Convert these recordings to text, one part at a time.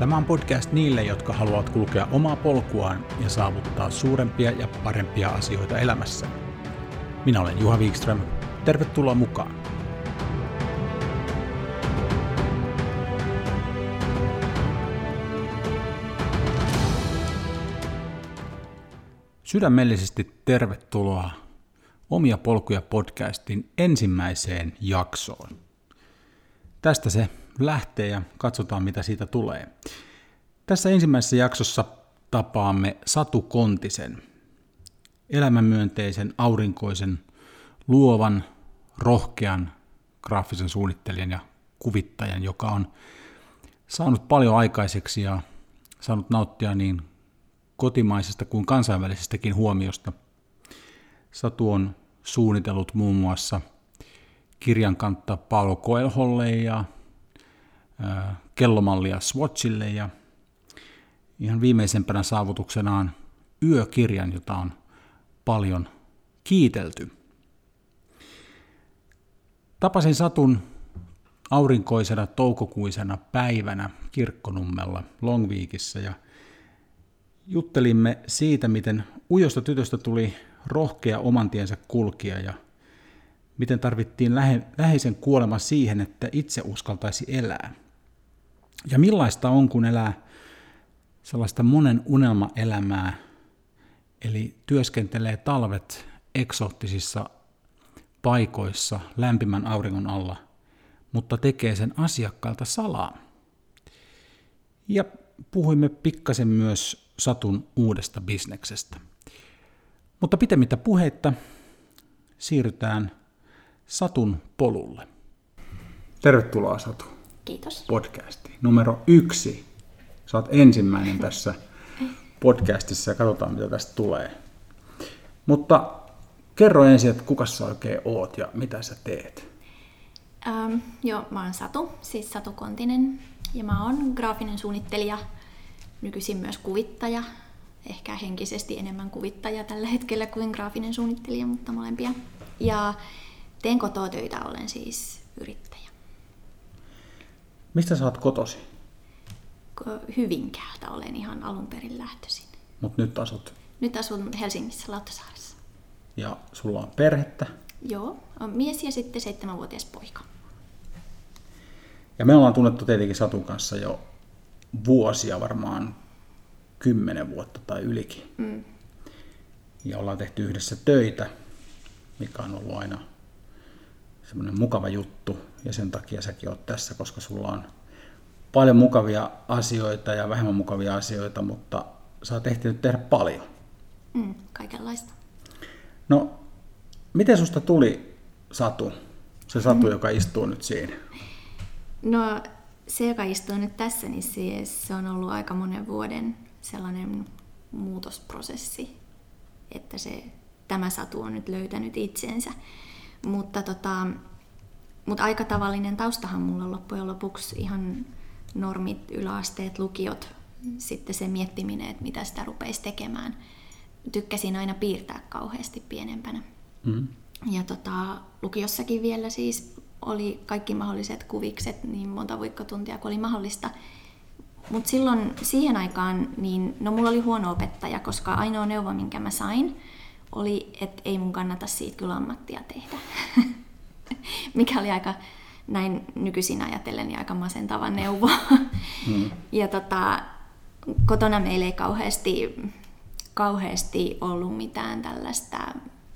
Tämä on podcast niille, jotka haluavat kulkea omaa polkuaan ja saavuttaa suurempia ja parempia asioita elämässä. Minä olen Juha Wikström. Tervetuloa mukaan! Sydämellisesti tervetuloa Omia polkuja podcastin ensimmäiseen jaksoon. Tästä se lähtee ja katsotaan mitä siitä tulee. Tässä ensimmäisessä jaksossa tapaamme Satu Kontisen, elämänmyönteisen, aurinkoisen, luovan, rohkean graafisen suunnittelijan ja kuvittajan, joka on saanut paljon aikaiseksi ja saanut nauttia niin kotimaisesta kuin kansainvälisestäkin huomiosta. Satu on suunnitellut muun muassa kirjankantta Paulo Coelholle ja kellomallia Swatchille ja ihan viimeisempänä saavutuksenaan yökirjan, jota on paljon kiitelty. Tapasin Satun aurinkoisena toukokuisena päivänä Kirkkonummella Longweekissä ja juttelimme siitä, miten ujosta tytöstä tuli rohkea oman tiensä kulkija ja miten tarvittiin läheisen kuolema siihen, että itse uskaltaisi elää. Ja millaista on, kun elää sellaista monen unelmaelämää, eli työskentelee talvet eksoottisissa paikoissa lämpimän auringon alla, mutta tekee sen asiakkailta salaa. Ja puhuimme pikkasen myös Satun uudesta bisneksestä. Mutta pitemmittä puheitta siirrytään Satun polulle. Tervetuloa Satu. Kiitos. Podcastiin. Numero 1. Sä oot ensimmäinen tässä podcastissa ja katsotaan mitä tästä tulee. Mutta kerro ensin, että kuka sä oikein oot ja mitä sä teet? Mä oon Satu, siis Satu Kontinen ja mä oon graafinen suunnittelija, nykyisin myös kuvittaja. Ehkä henkisesti enemmän kuvittaja tällä hetkellä kuin graafinen suunnittelija, mutta molempia. Ja teen kotoa töitä, olen siis yrittäjä. Mistä sä oot kotosi? Hyvinkäältä olen ihan alun perin lähtöisin. Mutta nyt asut? Nyt asun Helsingissä Lauttasaaressa. Ja sulla on perhettä? Joo, on mies ja sitten 7-vuotias poika. Ja me ollaan tunnettu tietenkin Satun kanssa jo vuosia, varmaan 10 vuotta tai ylikin. Ja ollaan tehty yhdessä töitä, mikä on ollut aina semmoinen mukava juttu. Ja sen takia säkin oot tässä, koska sulla on paljon mukavia asioita ja vähemmän mukavia asioita, mutta sä oot ehtinyt tehdä paljon. Kaikenlaista. No, miten susta tuli Satu? Se Satu, joka istuu nyt siinä. No, se, joka istuu nyt tässä, niin se on ollut aika monen vuoden sellainen muutosprosessi, että tämä Satu on nyt löytänyt itsensä. Mutta aika tavallinen taustahan mulla on loppujen lopuksi ihan normit, yläasteet, lukiot, sitten se miettiminen, että mitä sitä rupeisi tekemään. Tykkäsin aina piirtää kauheasti pienempänä. Ja lukiossakin vielä siis oli kaikki mahdolliset kuvikset niin monta viikkotuntia kuin oli mahdollista. Mutta silloin siihen aikaan, niin mulla oli huono opettaja, koska ainoa neuvo, minkä mä sain, oli, että ei mun kannata siitä kyllä ammattia tehdä. Mikä oli aika näin nykyisin ajatellen niin aika masentava neuvo. Ja kotona meillä ei kauheasti ollut mitään tällaista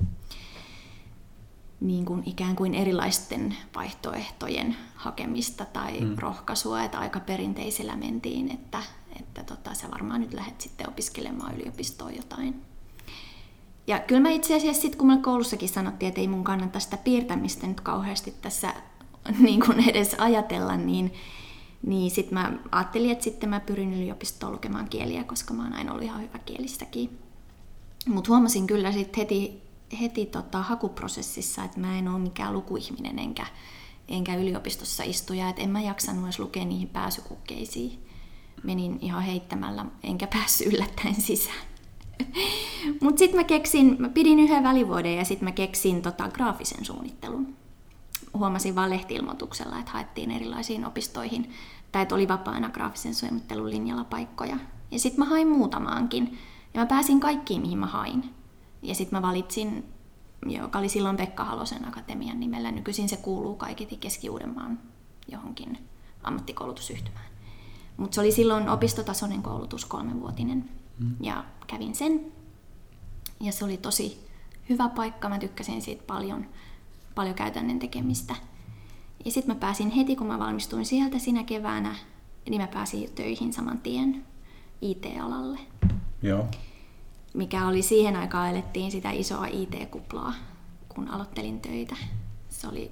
niin kuin ikään kuin erilaisten vaihtoehtojen hakemista tai rohkaisua, että aika perinteisellä mentiin, että sä varmaan nyt lähdet sitten opiskelemaan yliopistoon jotain. Ja kyllä mä itse asiassa sitten, kun mä koulussakin sanottiin, että ei mun kannata sitä piirtämistä nyt kauheasti tässä niin kuin edes ajatella, niin sitten mä ajattelin, että sitten mä pyrin yliopistoon lukemaan kieliä, koska mä oon aina ollut ihan hyvä kielissäkin. Mutta huomasin kyllä sitten heti hakuprosessissa, että mä en ole mikään lukuihminen enkä yliopistossa istuja, että en mä jaksanut edes lukea niihin pääsykukkeisiin. Menin ihan heittämällä, enkä päässyt yllättäen sisään. Mutta sitten mä pidin yhden välivuoden ja sitten mä keksin graafisen suunnittelun. Huomasin vaan lehti-ilmoituksella, että haettiin erilaisiin opistoihin tai että oli vapaana graafisen suunnittelun linjalla paikkoja. Ja sitten mä hain muutamaankin. Ja mä pääsin kaikkiin, mihin mä hain. Ja sitten mä valitsin, joka oli silloin Pekka Halosen akatemian nimellä. Nykyisin se kuuluu kaiketi Keski-Uudenmaan johonkin ammattikoulutusyhtymään. Mutta se oli silloin opistotasoinen koulutus 3-vuotinen. Ja kävin sen. Ja se oli tosi hyvä paikka. Mä tykkäsin siitä paljon käytännön tekemistä. Ja sitten mä pääsin heti, kun mä valmistuin sieltä sinä keväänä, niin mä pääsin töihin saman tien IT-alalle. Joo. Mikä oli siihen aikaan, elettiin sitä isoa IT-kuplaa, kun aloittelin töitä. Se oli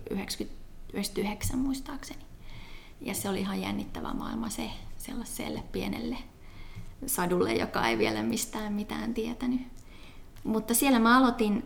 99 muistaakseni. Ja se oli ihan jännittävä maailma se sellaiselle pienelle sadulle, joka ei vielä mistään mitään tietänyt. Mutta siellä mä aloitin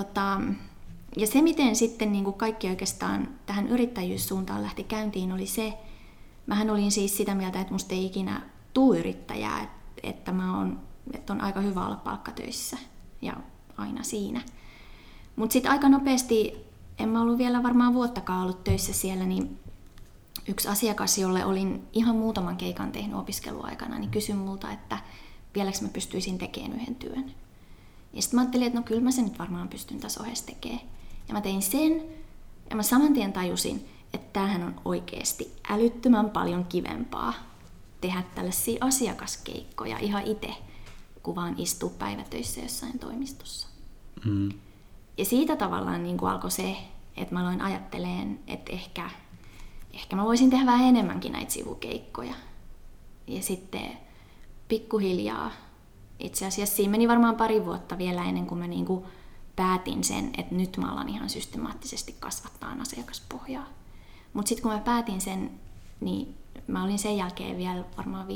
ja se, miten sitten niin kuin kaikki oikeastaan tähän yrittäjyyssuuntaan lähti käyntiin, oli se, mähän olin siis sitä mieltä, että musta ei ikinä tule yrittäjää, että on aika hyvä olla palkkatöissä ja aina siinä. Mutta sitten aika nopeasti, en mä ollut vielä varmaan vuottakaan ollut töissä siellä, niin yksi asiakas, jolle olin ihan muutaman keikan tehnyt opiskeluaikana, niin kysyi multa, että vieläkö mä pystyisin tekemään yhden työn. Ja sitten mä ajattelin, että no kyllä mä sen nyt varmaan pystyn tässä ohessa tekemään. Ja mä tein sen, ja mä saman tien tajusin, että tämähän on oikeasti älyttömän paljon kivempaa tehdä tällaisia asiakaskeikkoja ihan itse, kun vaan istuu päivätöissä jossain toimistossa. Mm. Ja siitä tavallaan niin kuin alkoi se, että mä aloin ajattelemaan, että ehkä mä voisin tehdä vähän enemmänkin näitä sivukeikkoja. Ja sitten pikkuhiljaa, itse asiassa siinä meni varmaan 2 vuotta vielä ennen kuin mä niin kuin päätin sen, että nyt mä alan ihan systemaattisesti kasvattaa asiakaspohjaa. Mutta sitten kun mä päätin sen, niin mä olin sen jälkeen vielä varmaan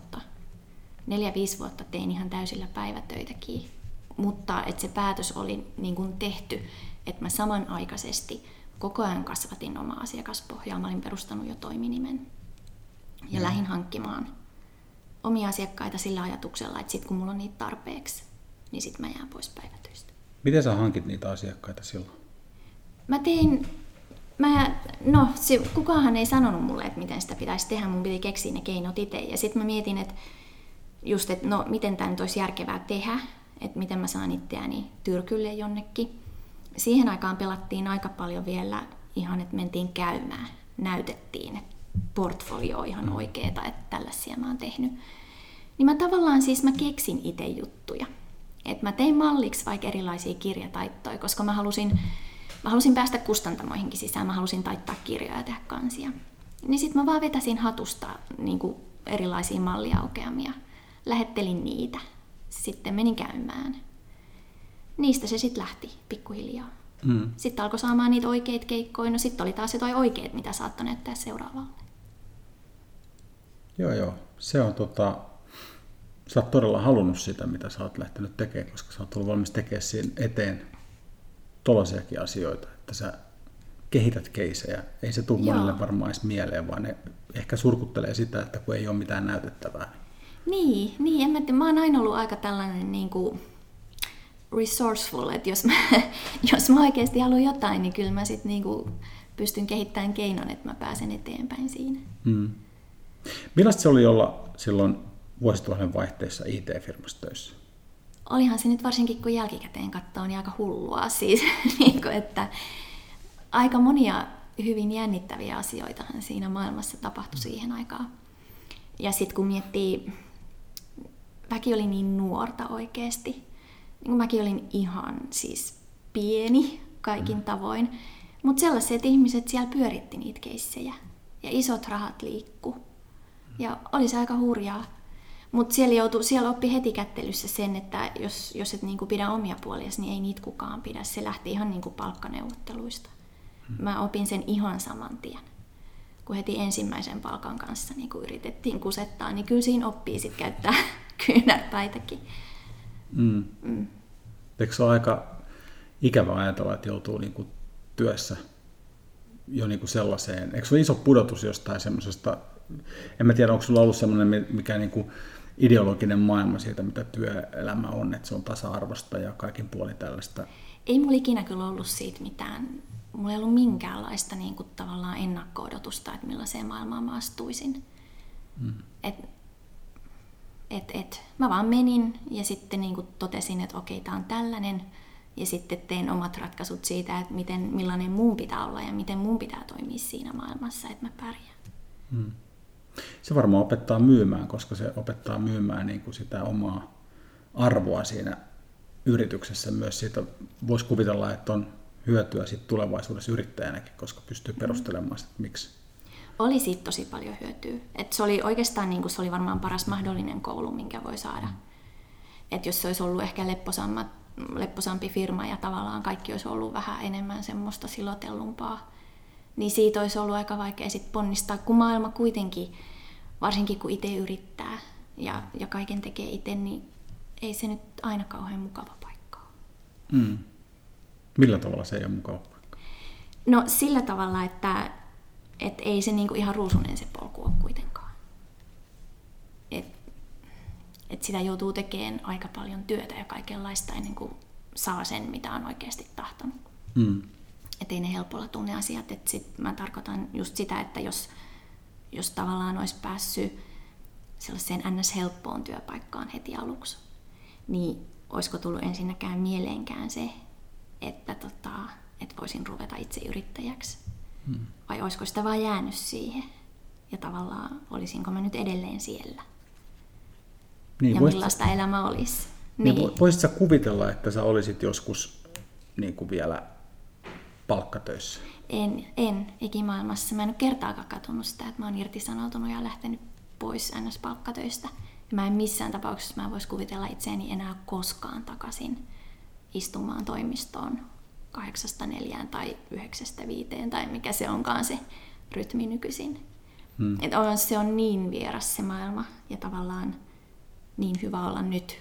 4-5 vuotta tein ihan täysillä päivätöitäkin. Mutta että se päätös oli niin kuin tehty, että mä samanaikaisesti koko ajan kasvatin omaa asiakaspohjaa. Mä olin perustanut jo toiminimen ja lähdin hankkimaan omia asiakkaita sillä ajatuksella, että sitten kun mulla on niitä tarpeeksi, niin sitten mä jään pois päivätöistä. Miten sä hankit niitä asiakkaita silloin? Kukaanhan ei sanonut mulle, että miten sitä pitäisi tehdä. Mun piti keksiä ne keinot itse. Ja sitten mä mietin, että miten tämä nyt olisi järkevää tehdä, että miten mä saan itseäni tyrkylle jonnekin. Siihen aikaan pelattiin aika paljon vielä ihan, että mentiin käymään, näytettiin, että portfolio on ihan oikeeta, että tällaisia mä oon tehnyt. Niin mä keksin itse juttuja. Että mä tein malliksi vaikka erilaisia kirjataittoja, koska mä halusin päästä kustantamoihinkin sisään, mä halusin taittaa kirjoja ja tehdä kansia. Niin sit mä vaan vetäsin hatusta niin kuin erilaisia malliaukeamia, lähettelin niitä, sitten menin käymään. Niistä se sitten lähti pikkuhiljaa. Sitten alkoi saamaan niitä oikeita keikkoja, no sitten oli taas jotain oikeat, mitä saattoi näyttää seuraavalle. Joo. Se on sä oot todella halunnut sitä, mitä sä oot lähtenyt tekemään, koska sä oot ollut valmis tekemään siinä eteen tollaisiakin asioita, että sä kehität keisejä. Ei se tule monelle varmaan edes mieleen, vaan ne ehkä surkuttelee sitä, että kun ei ole mitään näytettävää. Niin, en mä tiedä. Mä oon aina ollut aika tällainen niin kuin resourceful, että jos mä oikeasti haluan jotain, niin kyllä mä sitten niin kuin pystyn kehittämään keinon, että mä pääsen eteenpäin siinä. Millaista se oli olla silloin vuosituhannen vaihteessa IT-firmassa töissä? Olihan se nyt varsinkin, kun jälkikäteen katsoo, niin aika hullua siis, että aika monia hyvin jännittäviä asioitahan siinä maailmassa tapahtui siihen aikaan. Ja sitten kun miettii, väki oli niin nuorta oikeasti, niin kuin mäkin olin ihan siis pieni kaikin tavoin, mutta sellaiset ihmiset siellä pyöritti niitä keissejä ja isot rahat liikkuu. Ja oli se aika hurjaa. Mutta siellä oppi heti kättelyssä sen, että jos et niinku pidä omia puoliasi, niin ei niitä kukaan pidä. Se lähti ihan niinku palkkaneuvotteluista. Mä opin sen ihan saman tien. Kun heti ensimmäisen palkan kanssa niinku yritettiin kusettaa, niin kyllä siinä oppii sit käyttää kyynärpäitäkin. Eikö se ole aika ikävä ajatella, että joutuu niinku työssä jo niinku sellaiseen? Eikö se ole iso pudotus jostain semmoisesta? En mä tiedä, onko sulla ollut semmoinen mikä niinku ideologinen maailma siitä, mitä työelämä on, että se on tasa-arvosta ja kaikin puolin tällaista. Ei mulla ikinä kyllä ollut siitä mitään. Mulla ei ollut minkäänlaista niin kuin, tavallaan ennakko-odotusta, että millaiseen maailmaan mä astuisin. Mä vaan menin ja sitten niin kuin totesin, että okei, tää on tällainen. Ja sitten tein omat ratkaisut siitä, että millainen mun pitää olla ja miten mun pitää toimia siinä maailmassa, että mä pärjään. Se varmaan opettaa myymään, koska se opettaa myymään niin kuin sitä omaa arvoa siinä yrityksessä. Myös siitä voisi kuvitella, että on hyötyä sit tulevaisuudessa yrittäjänäkin, koska pystyy perustelemaan sitä, että miksi. Oli siitä tosi paljon hyötyä. Et se oli oikeastaan niin kuin, se oli varmaan paras mahdollinen koulu, minkä voi saada. Et jos se olisi ollut ehkä lepposampi firma ja tavallaan kaikki olisi ollut vähän enemmän semmoista silotellumpaa, niin siitä olisi ollut aika vaikea sit ponnistaa, kun maailma kuitenkin, varsinkin kun itse yrittää ja kaiken tekee itse, niin ei se nyt aina kauhean mukava paikka ole. Millä tavalla se ei ole mukava paikka? No sillä tavalla, että ei se niinku ihan ruusunen se polku ole kuitenkaan. Et sitä joutuu tekemään aika paljon työtä ja kaikenlaista ennen kuin saa sen, mitä on oikeasti tahtonut. Et ei ne helpolla tunne asiat. Et sit mä tarkoitan just sitä, että jos tavallaan olisi päässyt sellaiseen ns-helppoon työpaikkaan heti aluksi, niin olisiko tullut ensinnäkään mieleenkään se, että voisin ruveta itse yrittäjäksi. Vai olisiko sitä vaan jäänyt siihen? Ja tavallaan olisinko mä nyt edelleen siellä? Niin, ja millaista elämä olisi? Niin. Voisitko sä kuvitella, että sä olisit joskus niin kuin vielä palkkatöissä? En ikimaailmassa. Mä en ole kertaakaan katsonut sitä, että mä oon irtisanoutunut ja lähtenyt pois NS-palkkatöistä. Mä en missään tapauksessa mä vois kuvitella itseäni enää koskaan takaisin istumaan toimistoon 8-4 tai 9-5 tai mikä se onkaan se rytmi nykyisin. Se on niin vieras se maailma ja tavallaan niin hyvä olla nyt.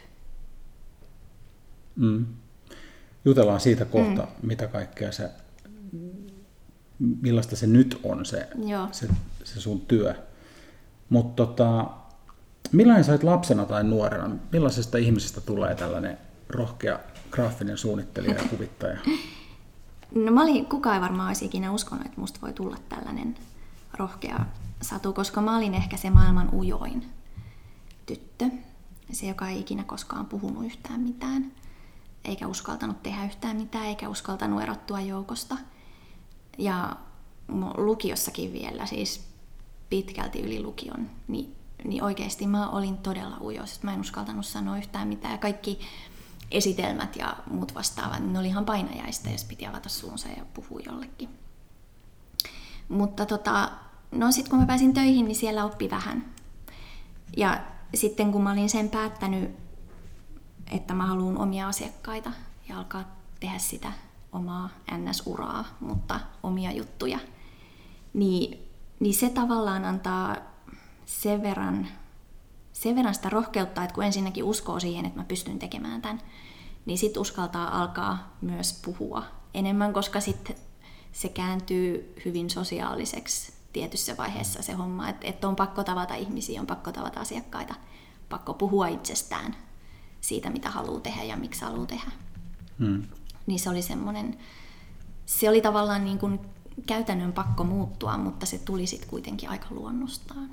Jutellaan siitä kohta, mitä kaikkea millaista se nyt on se sun työ. Mutta millainen sä olet lapsena tai nuorena? Millaisesta ihmisestä tulee tällainen rohkea graafinen suunnittelija ja kuvittaja? No kukaan ei varmaan olisi ikinä uskonut, että musta voi tulla tällainen rohkea satu, koska mä olin ehkä se maailman ujoin tyttö. Se, joka ei ikinä koskaan puhunut yhtään mitään, eikä uskaltanut tehdä yhtään mitään, eikä uskaltanut erottua joukosta. Ja lukiossakin vielä, siis pitkälti yli lukion, niin oikeasti mä olin todella ujos. Mä en uskaltanut sanoa yhtään mitään. Ja kaikki esitelmät ja muut vastaavat, ne oli ihan painajaista, jos piti avata suunsa ja puhua jollekin. Mutta sitten kun mä pääsin töihin, niin siellä oppi vähän. Ja sitten kun mä olin sen päättänyt, että mä haluan omia asiakkaita ja alkaa tehdä sitä omaa NS-uraa, mutta omia juttuja, niin se tavallaan antaa sen verran sitä rohkeutta, että kun ensinnäkin uskoo siihen, että mä pystyn tekemään tämän, niin sitten uskaltaa alkaa myös puhua enemmän, koska sitten se kääntyy hyvin sosiaaliseksi tietyssä vaiheessa se homma, että on pakko tavata ihmisiä, on pakko tavata asiakkaita, pakko puhua itsestään siitä, mitä haluaa tehdä ja miksi haluaa tehdä. Niin se oli tavallaan niin kuin käytännön pakko muuttua, mutta se tuli sitten kuitenkin aika luonnostaan.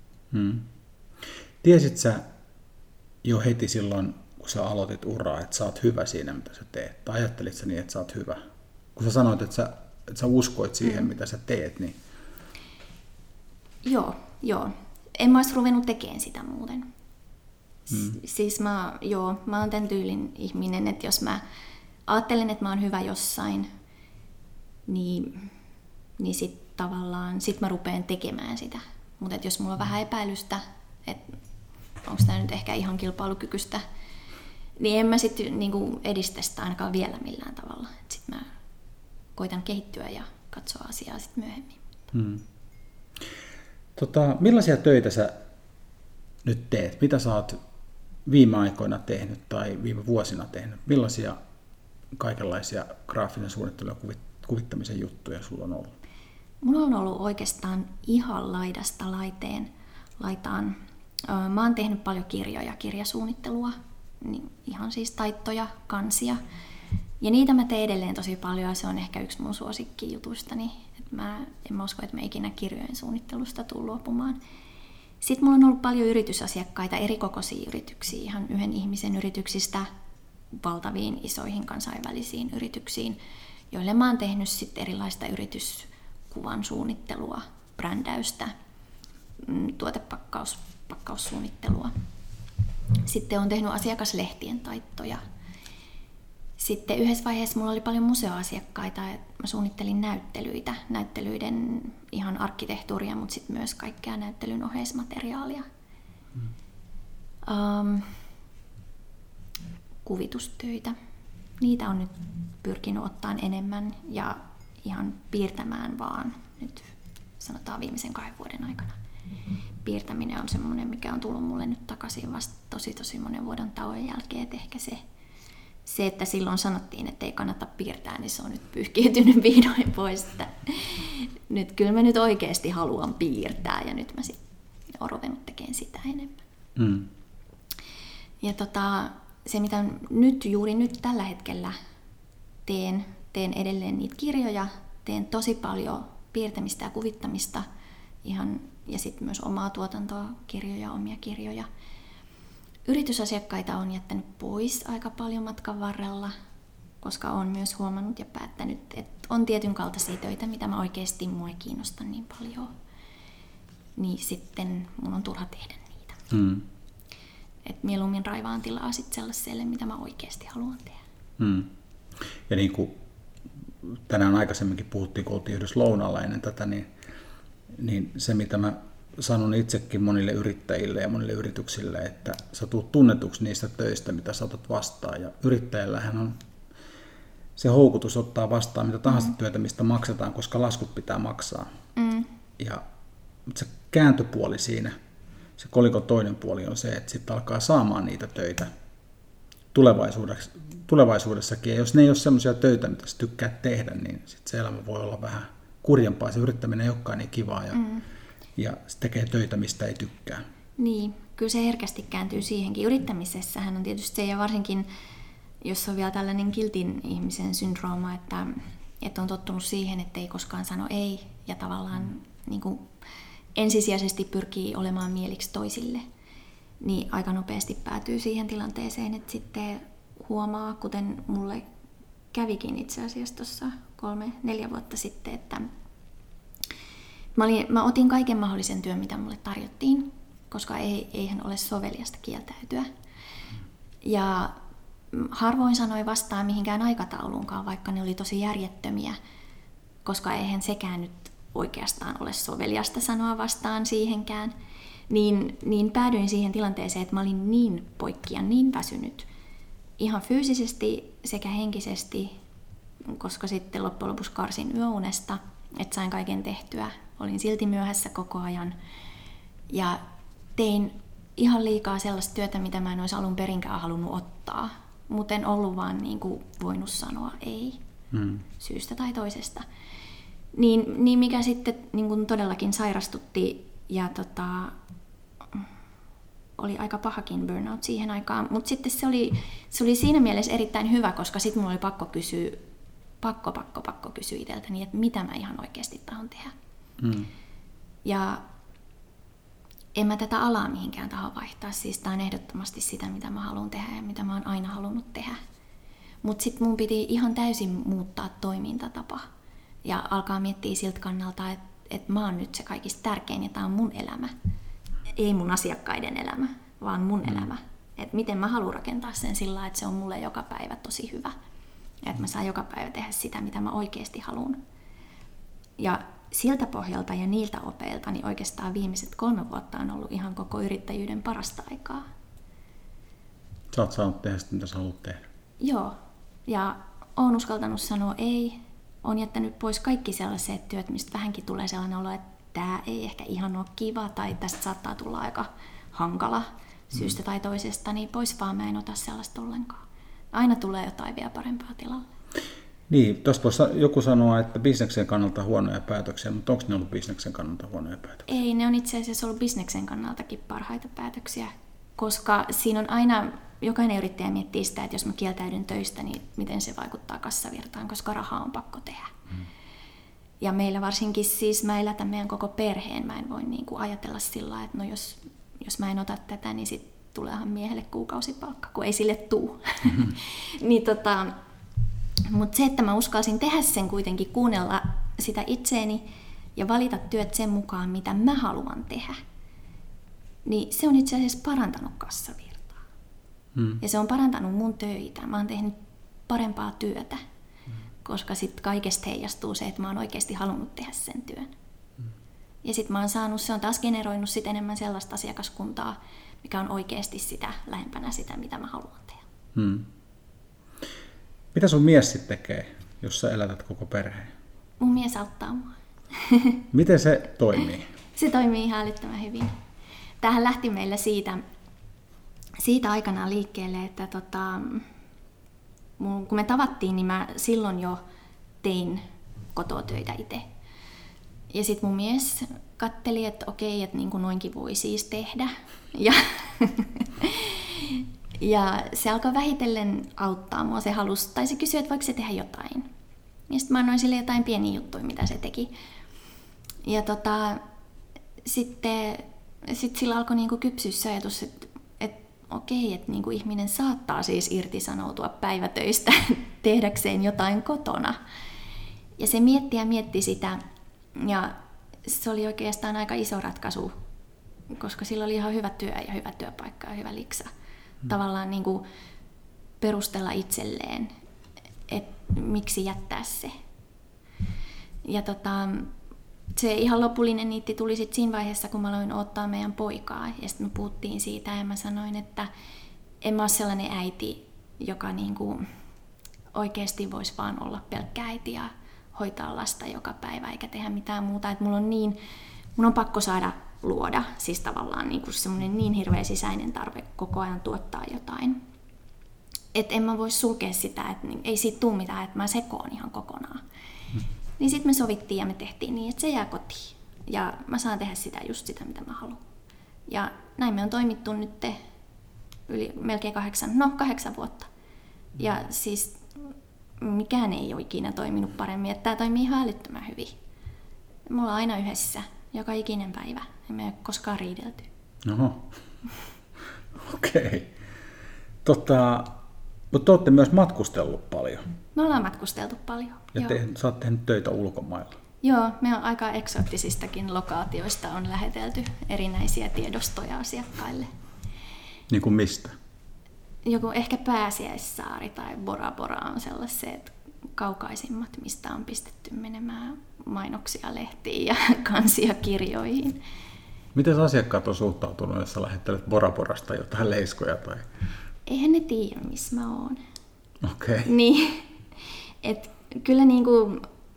Tiesit sä jo heti silloin, kun sä aloitit uraa, että sä oot hyvä siinä, mitä sä teet? Tai ajattelit sä niin, että sä oot hyvä? Kun sä sanoit, että sä uskoit siihen, mitä sä teet, niin... Joo. En mä olisi ruvennut tekemään sitä muuten. Siis mä oon tämän tyylin ihminen, että jos mä ajattelen, että mä oon hyvä jossain, niin sit tavallaan mä rupean tekemään sitä. Mutta jos mulla on vähän epäilystä, että onko tämä nyt ehkä ihan kilpailukykyistä, niin en mä sitten niinku edistä sitä ainakaan vielä millään tavalla. Sitten mä koitan kehittyä ja katsoa asiaa sitten myöhemmin. Millaisia töitä sä nyt teet? Mitä sä oot viime aikoina tehnyt tai viime vuosina tehnyt? Millaisia kaikenlaisia graafisen suunnittelun ja kuvittamisen juttuja sulla on ollut? Mulla on ollut oikeastaan ihan laidasta laitaan. Mä oon tehnyt paljon kirjoja, kirjasuunnittelua, niin ihan siis taittoja, kansia. Ja niitä mä teen edelleen tosi paljon ja se on ehkä yksi mun suosikkijutustani. En mä usko, että mä ikinä kirjojen suunnittelusta tuun luopumaan. Sitten mulla on ollut paljon yritysasiakkaita, erikokoisia yrityksiä, ihan yhden ihmisen yrityksistä valtaviin isoihin kansainvälisiin yrityksiin, joille mä oon tehnyt sitten erilaista yrityskuvan suunnittelua, brändäystä, tuotepakkaussuunnittelua. Sitten olen tehnyt asiakaslehtien taittoja. Sitten yhdessä vaiheessa mulla oli paljon museoasiakkaita. Mä suunnittelin näyttelyiden ihan arkkitehtuuria, mutta sitten myös kaikkea näyttelyn oheismateriaalia. Kuvitustöitä. Niitä on nyt pyrkinyt ottamaan enemmän ja ihan piirtämään vaan nyt sanotaan viimeisen 2 vuoden aikana. Piirtäminen on semmoinen, mikä on tullut mulle nyt takaisin vasta tosi monen vuoden tauon jälkeen. Et ehkä se, että silloin sanottiin, että ei kannata piirtää, niin se on nyt pyyhkiytynyt vihdoin pois. Että nyt kyllä mä nyt oikeasti haluan piirtää ja nyt mä sitten olen ruvennut tekemään sitä enemmän. Ja se, mitä juuri nyt tällä hetkellä teen edelleen niitä kirjoja, teen tosi paljon piirtämistä ja kuvittamista ja sitten myös omaa tuotantoa, omia kirjoja. Yritysasiakkaita on jättänyt pois aika paljon matkan varrella, koska olen myös huomannut ja päättänyt, että on tietyn kaltaisia töitä, mitä mä oikeasti mua ei kiinnosta niin paljon. Niin sitten mun on turha tehdä niitä. Et mieluummin raivaan tilaa sitten sellaiselle, mitä mä oikeasti haluan tehdä. Ja niin kuin tänään aikaisemminkin puhuttiin, kun oltiin yhdessä lounaalla ennen tätä, niin se mitä mä sanon itsekin monille yrittäjille ja monille yrityksille, että sä tulet tunnetuksi niistä töistä, mitä sä otat vastaan. Ja yrittäjällähän on se houkutus ottaa vastaan mitä tahansa työtä, mistä maksetaan, koska laskut pitää maksaa. Ja se kääntöpuoli siinä, se kolikon toinen puoli on se, että sitten alkaa saamaan niitä töitä tulevaisuudessakin. Ja jos ne ei ole sellaisia töitä, mitä sä tykkäät tehdä, niin sitten se elämä voi olla vähän kurjempaa. Se yrittäminen ei olekaan niin kivaa ja se tekee töitä, mistä ei tykkää. Niin, kyllä se herkästi kääntyy siihenkin. Yrittämisessähän on tietysti se, ja varsinkin jos on vielä tällainen kiltin ihmisen syndrooma, että on tottunut siihen, että ei koskaan sano ei, ja tavallaan niin kuin ensisijaisesti pyrkii olemaan mieliksi toisille, niin aika nopeasti päätyy siihen tilanteeseen, että sitten huomaa, kuten mulle kävikin itse asiassa tuossa 3-4 vuotta sitten, että mä otin kaiken mahdollisen työn, mitä mulle tarjottiin, koska eihän ole soveliasta kieltäytyä. Ja harvoin sanoi vastaan mihinkään aikatauluunkaan, vaikka ne oli tosi järjettömiä, koska eihän sekään nyt oikeastaan ole soveliasta sanoa vastaan siihenkään. Niin päädyin siihen tilanteeseen, että mä olin niin poikki ja niin väsynyt ihan fyysisesti sekä henkisesti, koska sitten loppujen lopuksi karsin yöunesta, että sain kaiken tehtyä. Olin silti myöhässä koko ajan ja tein ihan liikaa sellaista työtä, mitä mä en olisi alun perinkään halunnut ottaa, mutta en ollut vaan niin kuin voinut sanoa ei syystä tai toisesta. Niin mikä sitten niin kuin todellakin sairastutti ja oli aika pahakin burnout siihen aikaan, mutta sitten se oli siinä mielessä erittäin hyvä, koska sitten mulla oli pakko kysyä itseltäni, että mitä mä ihan oikeasti tahdon tehdä. Ja en mä tätä alaa mihinkään taho vaihtaa, siis tää on ehdottomasti sitä, mitä mä haluan tehdä ja mitä mä oon aina halunnut tehdä. Mutta sitten mun piti ihan täysin muuttaa toimintatapa ja alkaa miettiä siltä kannalta, että mä oon nyt se kaikista tärkein ja tää on mun elämä. Ei mun asiakkaiden elämä, vaan mun elämä. Että miten mä haluan rakentaa sen sillä lailla, että se on mulle joka päivä tosi hyvä. Ja että mä saan joka päivä tehdä sitä, mitä mä oikeasti haluan. Ja siltä pohjalta ja niiltä opeilta niin oikeastaan viimeiset 3 vuotta on ollut ihan koko yrittäjyyden parasta aikaa. Sä oot saanut tehdä sitä, mitä sä haluat tehdä. Joo. Ja oon uskaltanut sanoa ei. Oon jättänyt pois kaikki sellaiset työt, mistä vähänkin tulee sellainen olo, että tää ei ehkä ihan ole kiva tai tästä saattaa tulla aika hankala syystä tai toisesta, niin pois vaan mä en ota sellaista ollenkaan. Aina tulee jotain vielä parempaa tilalle. Niin, tuossa voisi joku sanoa, että bisneksen kannalta huonoja päätöksiä, mutta onko ne ollut bisneksen kannalta huonoja päätöksiä? Ei, ne on itse asiassa ollut bisneksen kannaltakin parhaita päätöksiä, koska siinä on aina, jokainen yrittäjä miettii sitä, että jos mä kieltäydyn töistä, niin miten se vaikuttaa kassavirtaan, koska rahaa on pakko tehdä. Ja meillä varsinkin siis mä elätän meidän koko perheen. Mä en voi niin kuin ajatella sillä lailla, että no jos mä en ota tätä, niin sit tuleehan miehelle kuukausipalkka, kun ei sille tuu. Niin mutta se, että mä uskalsin tehdä sen kuitenkin, kuunnella sitä itseeni ja valita työt sen mukaan, mitä mä haluan tehdä, niin se on itse asiassa parantanut kassavirtaa. Ja se on parantanut mun töitä. Mä oon tehnyt parempaa työtä, koska sitten kaikesta heijastuu se, että mä oon oikeasti halunnut tehdä sen työn. Ja sitten mä oon saanut, se on taas generoinut sit enemmän sellaista asiakaskuntaa, mikä on oikeasti sitä lähempänä sitä, mitä mä haluan tehdä. Mitä sun mies sitten tekee, jos sä elätät koko perheen? Mun mies auttaa mua. Miten se toimii? Se toimii ihan älyttömän hyvin. Tämähän lähti meillä siitä aikanaan liikkeelle, että kun me tavattiin, niin mä silloin jo tein kototöitä itse. Ja sitten mun mies katteli, että okei, että niin kuin noinkin voi siis tehdä. Ja se alkoi vähitellen auttaa mua. Se halusi, tai se kysyi, että voiko se tehdä jotain. Ja sitten mä annoin sille jotain pieniä juttuja, mitä se teki. Ja sitten sillä alkoi niinku kypsyä se ajatus, että okei, että niinku ihminen saattaa siis irtisanoutua päivätöistä tehdäkseen jotain kotona. Ja se mietti sitä, ja se oli oikeastaan aika iso ratkaisu, koska sillä oli ihan hyvä työ ja hyvä työpaikka ja hyvä liksa. Tavallaan niinku perustella itselleen, että miksi jättää se. Ja se ihan lopullinen niitti tuli sitten siinä vaiheessa, kun mä aloin odottaa meidän poikaa. Ja sitten me puhuttiin siitä ja mä sanoin, että en mä ole sellainen äiti, joka niinku oikeasti voisi vaan olla pelkkä äiti ja hoitaa lasta joka päivä eikä tehdä mitään muuta. Että mun on pakko saada luoda, siis tavallaan niinku semmoinen niin hirveä sisäinen tarve koko ajan tuottaa jotain. Että en mä voi sulkea sitä, että ei siitä tule mitään, että mä sekoon ihan kokonaan. Niin sitten me sovittiin ja me tehtiin niin, että se jää kotiin. Ja mä saan tehdä sitä, mitä mä haluan. Ja näin me on toimittu nyt melkein 8 vuotta. Ja siis mikään ei ole ikinä toiminut paremmin. Että tää toimii ihan älyttömän hyvin. Me ollaan aina yhdessä, joka ikinen päivä. Emme ole koskaan riidelty. Oho. Okei. Mutta te olette myös matkustellut paljon. Me ollaan matkusteltu paljon. Ja sä oot tehnyt töitä ulkomailla. Joo, me on aika eksoottisistakin lokaatioista on lähetelty erinäisiä tiedostoja asiakkaille. Niin kuin mistä? Joku ehkä Pääsiäissaari tai Bora Bora on sellaiset kaukaisimmat, mistä on pistetty menemään mainoksia lehtiin ja kansia kirjoihin. Miten asiakkaat on suhtautunut, jos sä lähettelet Bora Borasta jotain leiskoja? Tai... Eihän ne tiedä, missä mä oon. Okei. Niin, et kyllä niinku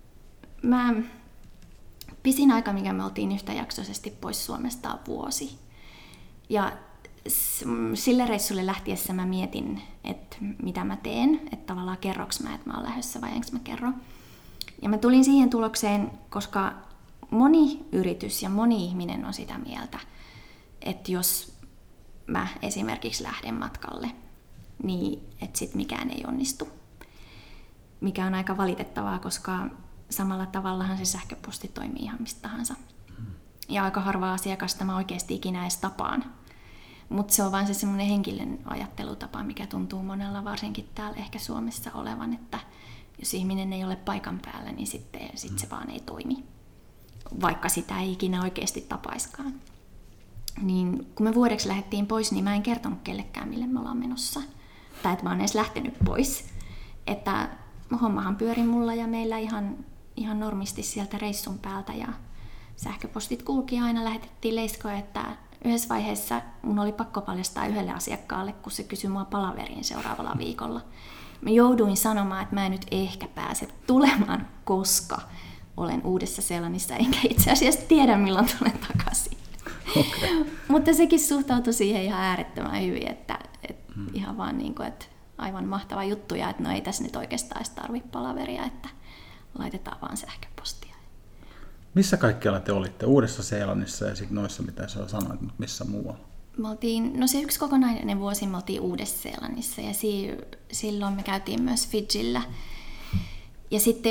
pisin aika, mikä me oltiin yhtäjaksoisesti pois Suomesta, on vuosi. Ja sille reissulle lähtiessä mä mietin, että mitä mä teen, että tavallaan kerroks mä, että mä oon lähdössä vai enkö mä kerro. Ja mä tulin siihen tulokseen, koska moni yritys ja moni ihminen on sitä mieltä, että jos mä esimerkiksi lähden matkalle, niin että sit mikään ei onnistu. Mikä on aika valitettavaa, koska samalla tavallahan se sähköposti toimii ihan mistä tahansa. Ja aika harva asiakasta mä oikeasti ikinä edes tapaan. Mutta se on vain se semmoinen henkilön ajattelutapa, mikä tuntuu monella, varsinkin täällä ehkä Suomessa olevan, että jos ihminen ei ole paikan päällä, niin sitten se vaan ei toimi. Vaikka sitä ei ikinä oikeasti tapaiskaan. Niin kun me vuodeksi lähdettiin pois, niin mä en kertonut kellekään, mille me ollaan menossa. Tai että mä oon edes lähtenyt pois. Että hommahan pyöri mulla ja meillä ihan normisti sieltä reissun päältä. Ja sähköpostit kulki aina, lähetettiin leiskoja, että yhdessä vaiheessa mun oli pakko paljastaa yhdelle asiakkaalle, kun se kysyi mua palaveriin seuraavalla viikolla. Mä jouduin sanomaan, että mä en nyt ehkä pääse tulemaan, koska olen Uudessa-Seelannissa, enkä itse asiassa tiedä, milloin tulen takaisin. Okay. Mutta sekin suhtautui siihen ihan äärettömän hyvin, että ihan vaan niin kuin, että aivan mahtava juttu, ja että no ei tässä nyt oikeastaan edes tarvitse palaveria, että laitetaan vaan sähköpostia. Missä kaikkialla te olitte? Uudessa-Seelannissa ja sitten noissa, mitä sä sanoit, mutta missä muualla? Se yksi kokonainen vuosi me oltiin Uudessa-Seelannissa ja silloin me käytiin myös Fidjillä. Ja sitten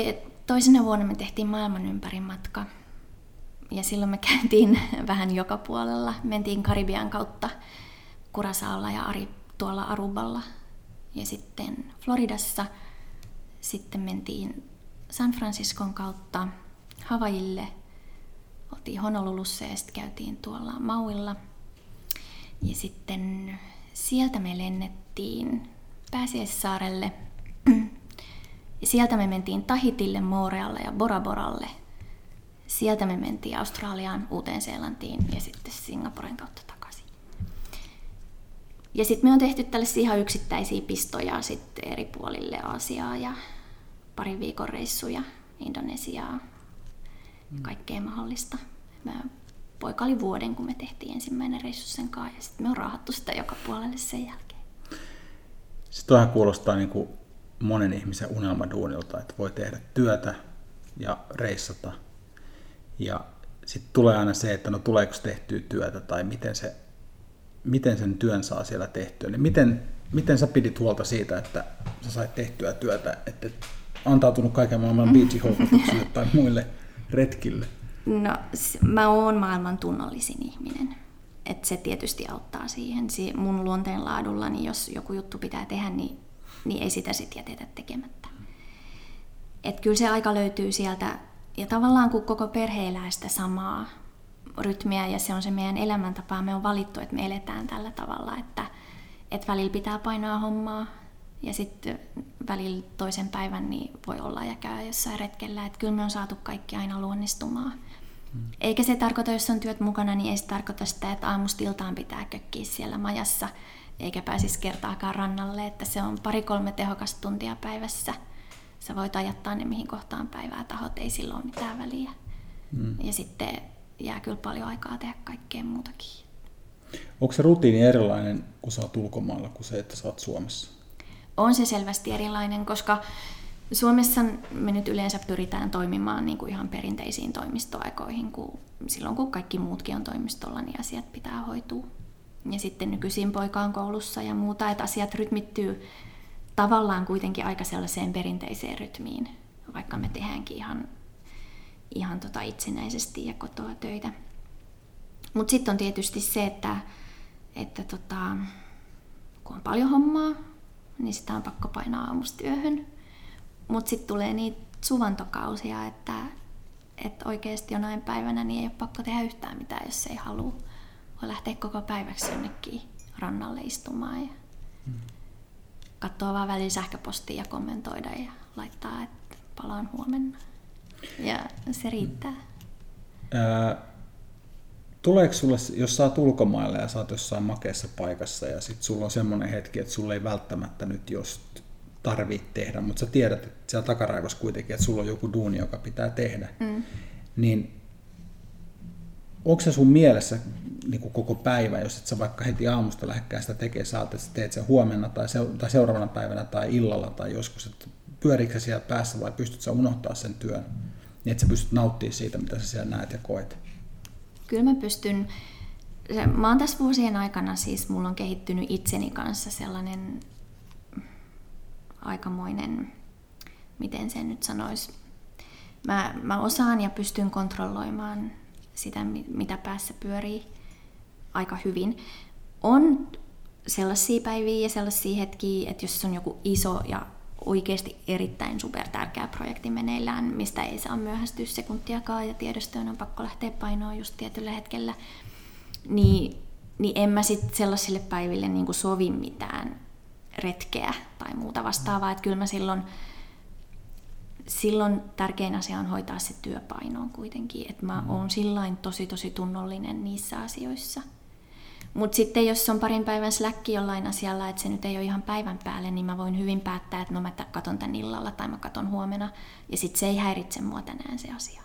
toisena vuonna me tehtiin maailman ympäri matka. Ja silloin me käytiin vähän joka puolella. Mentiin Karibian kautta Curaçaolla ja tuolla Aruballa. Ja sitten Floridassa. Sitten mentiin San Franciscon kautta Havaijille. Oltiin Honolulussa ja sitten käytiin tuolla Mauilla. Ja sitten sieltä me lennettiin Pääsiäissaarelle. Ja sieltä me mentiin Tahitille, Moorealle ja Bora Boralle. Sieltä me mentiin Australiaan, Uuteen-Seelantiin ja sitten Singaporen kautta takaisin. Ja sitten me on tehty tällaisia ihan yksittäisiä pistoja sitten eri puolille Aasiaa ja parin viikon reissuja Indonesiaa, kaikkea mahdollista. Poika oli vuoden, kun me tehtiin ensimmäinen reissu sen kanssa ja sitten me on raahattu sitä joka puolelle sen jälkeen. Se toihan kuulostaa niin kuin monen ihmisen unelmaduunilta, että voi tehdä työtä ja reissata. Ja sitten tulee aina se, että no tuleeko tehtyä työtä tai miten sen työn saa siellä tehtyä. Niin miten sä pidit huolta siitä, että sä sait tehtyä työtä, että antautunut kaiken maailman beachihoukutuksille tai muille retkille? No, mä oon maailman tunnollisin ihminen. Et se tietysti auttaa siihen. Mun luonteenlaadullani, jos joku juttu pitää tehdä, niin ei sitä sitten jätetä tekemättä. Et kyllä se aika löytyy sieltä. Ja tavallaan kun koko perhe elää sitä samaa rytmiä ja se on se meidän elämäntapa, me on valittu, että me eletään tällä tavalla, että välillä pitää painaa hommaa ja sitten välillä toisen päivän niin voi olla ja käydä jossain retkellä. Että kyllä me on saatu kaikki aina luonnistumaan. Eikä se tarkoita, jos on työt mukana, niin ei se tarkoita sitä, että aamusta iltaan pitää kökkiä siellä majassa eikä pääsisi kertaakaan rannalle, että se on 2-3 tehokasta tuntia päivässä. Sä voit ajattaa ne mihin kohtaan päivää tahot, ei sillä ole mitään väliä. Ja sitten jää kyllä paljon aikaa tehdä kaikkea muutakin. Onko se rutiini erilainen, kun sä oot ulkomailla, kuin se, että sä oot Suomessa? On se selvästi erilainen, koska Suomessa me nyt yleensä pyritään toimimaan niin kuin ihan perinteisiin toimistoaikoihin, silloin kun kaikki muutkin on toimistolla, niin asiat pitää hoitua. Ja sitten nykyisin poika on koulussa ja muuta, että asiat rytmittyy tavallaan kuitenkin aika sellaiseen perinteiseen rytmiin, vaikka me tehdäänkin ihan itsenäisesti ja kotoa töitä. Mutta sitten on tietysti se, että kun on paljon hommaa, niin sitä on pakko painaa aamustyöhön. Mutta sitten tulee niitä suvantokausia, että oikeasti jonain päivänä niin ei ole pakko tehdä yhtään mitään, jos ei halua. Voi lähteä koko päiväksi jonnekin rannalle istumaan ja katsoa vaan välillä sähköpostia ja kommentoida ja laittaa, että palaan huomenna. Ja se riittää. Tuleeko sulle, jos sä oot ulkomailla ja sä oot jossain makeassa paikassa ja sit sulla on semmoinen hetki, että sulle ei välttämättä nyt jos tarvitse tehdä, mutta sä tiedät, että siellä takaraivossa kuitenkin, että sulla on joku duuni, joka pitää tehdä, niin onko se sun mielessä niin kuin koko päivä, jos et sä vaikka heti aamusta lähdekään sitä tekemään, sä että teet sen huomenna tai seuraavana päivänä tai illalla tai joskus, että pyöriikö sä siellä päässä vai pystyt sä unohtaa sen työn, niin että sä pystyt nauttimaan siitä, mitä sä siellä näet ja koet? Kyllä mä pystyn. Mä oon tässä vuosien aikana, siis mulla on kehittynyt itseni kanssa sellainen aikamoinen, miten sen nyt sanoisi, mä osaan ja pystyn kontrolloimaan sitä, mitä päässä pyörii aika hyvin. On sellaisia päiviä ja sellaisia hetkiä, että jos on joku iso ja oikeasti erittäin supertärkeä projekti meneillään, mistä ei saa myöhästyä sekuntiakaan ja tiedostoon on pakko lähteä painoon just tietyllä hetkellä, niin en mä sitten sellaisille päiville niin kuin sovi mitään retkeä tai muuta vastaavaa. Että kyllä mä silloin tärkein asia on hoitaa se työpainoon kuitenkin, että mä oon sillain tosi tunnollinen niissä asioissa. Mutta sitten jos on parin päivän släkki jollain asialla, että se nyt ei ole ihan päivän päälle, niin mä voin hyvin päättää, että no mä katon tän illalla tai mä katon huomenna. Ja sitten se ei häiritse mua tänään se asia.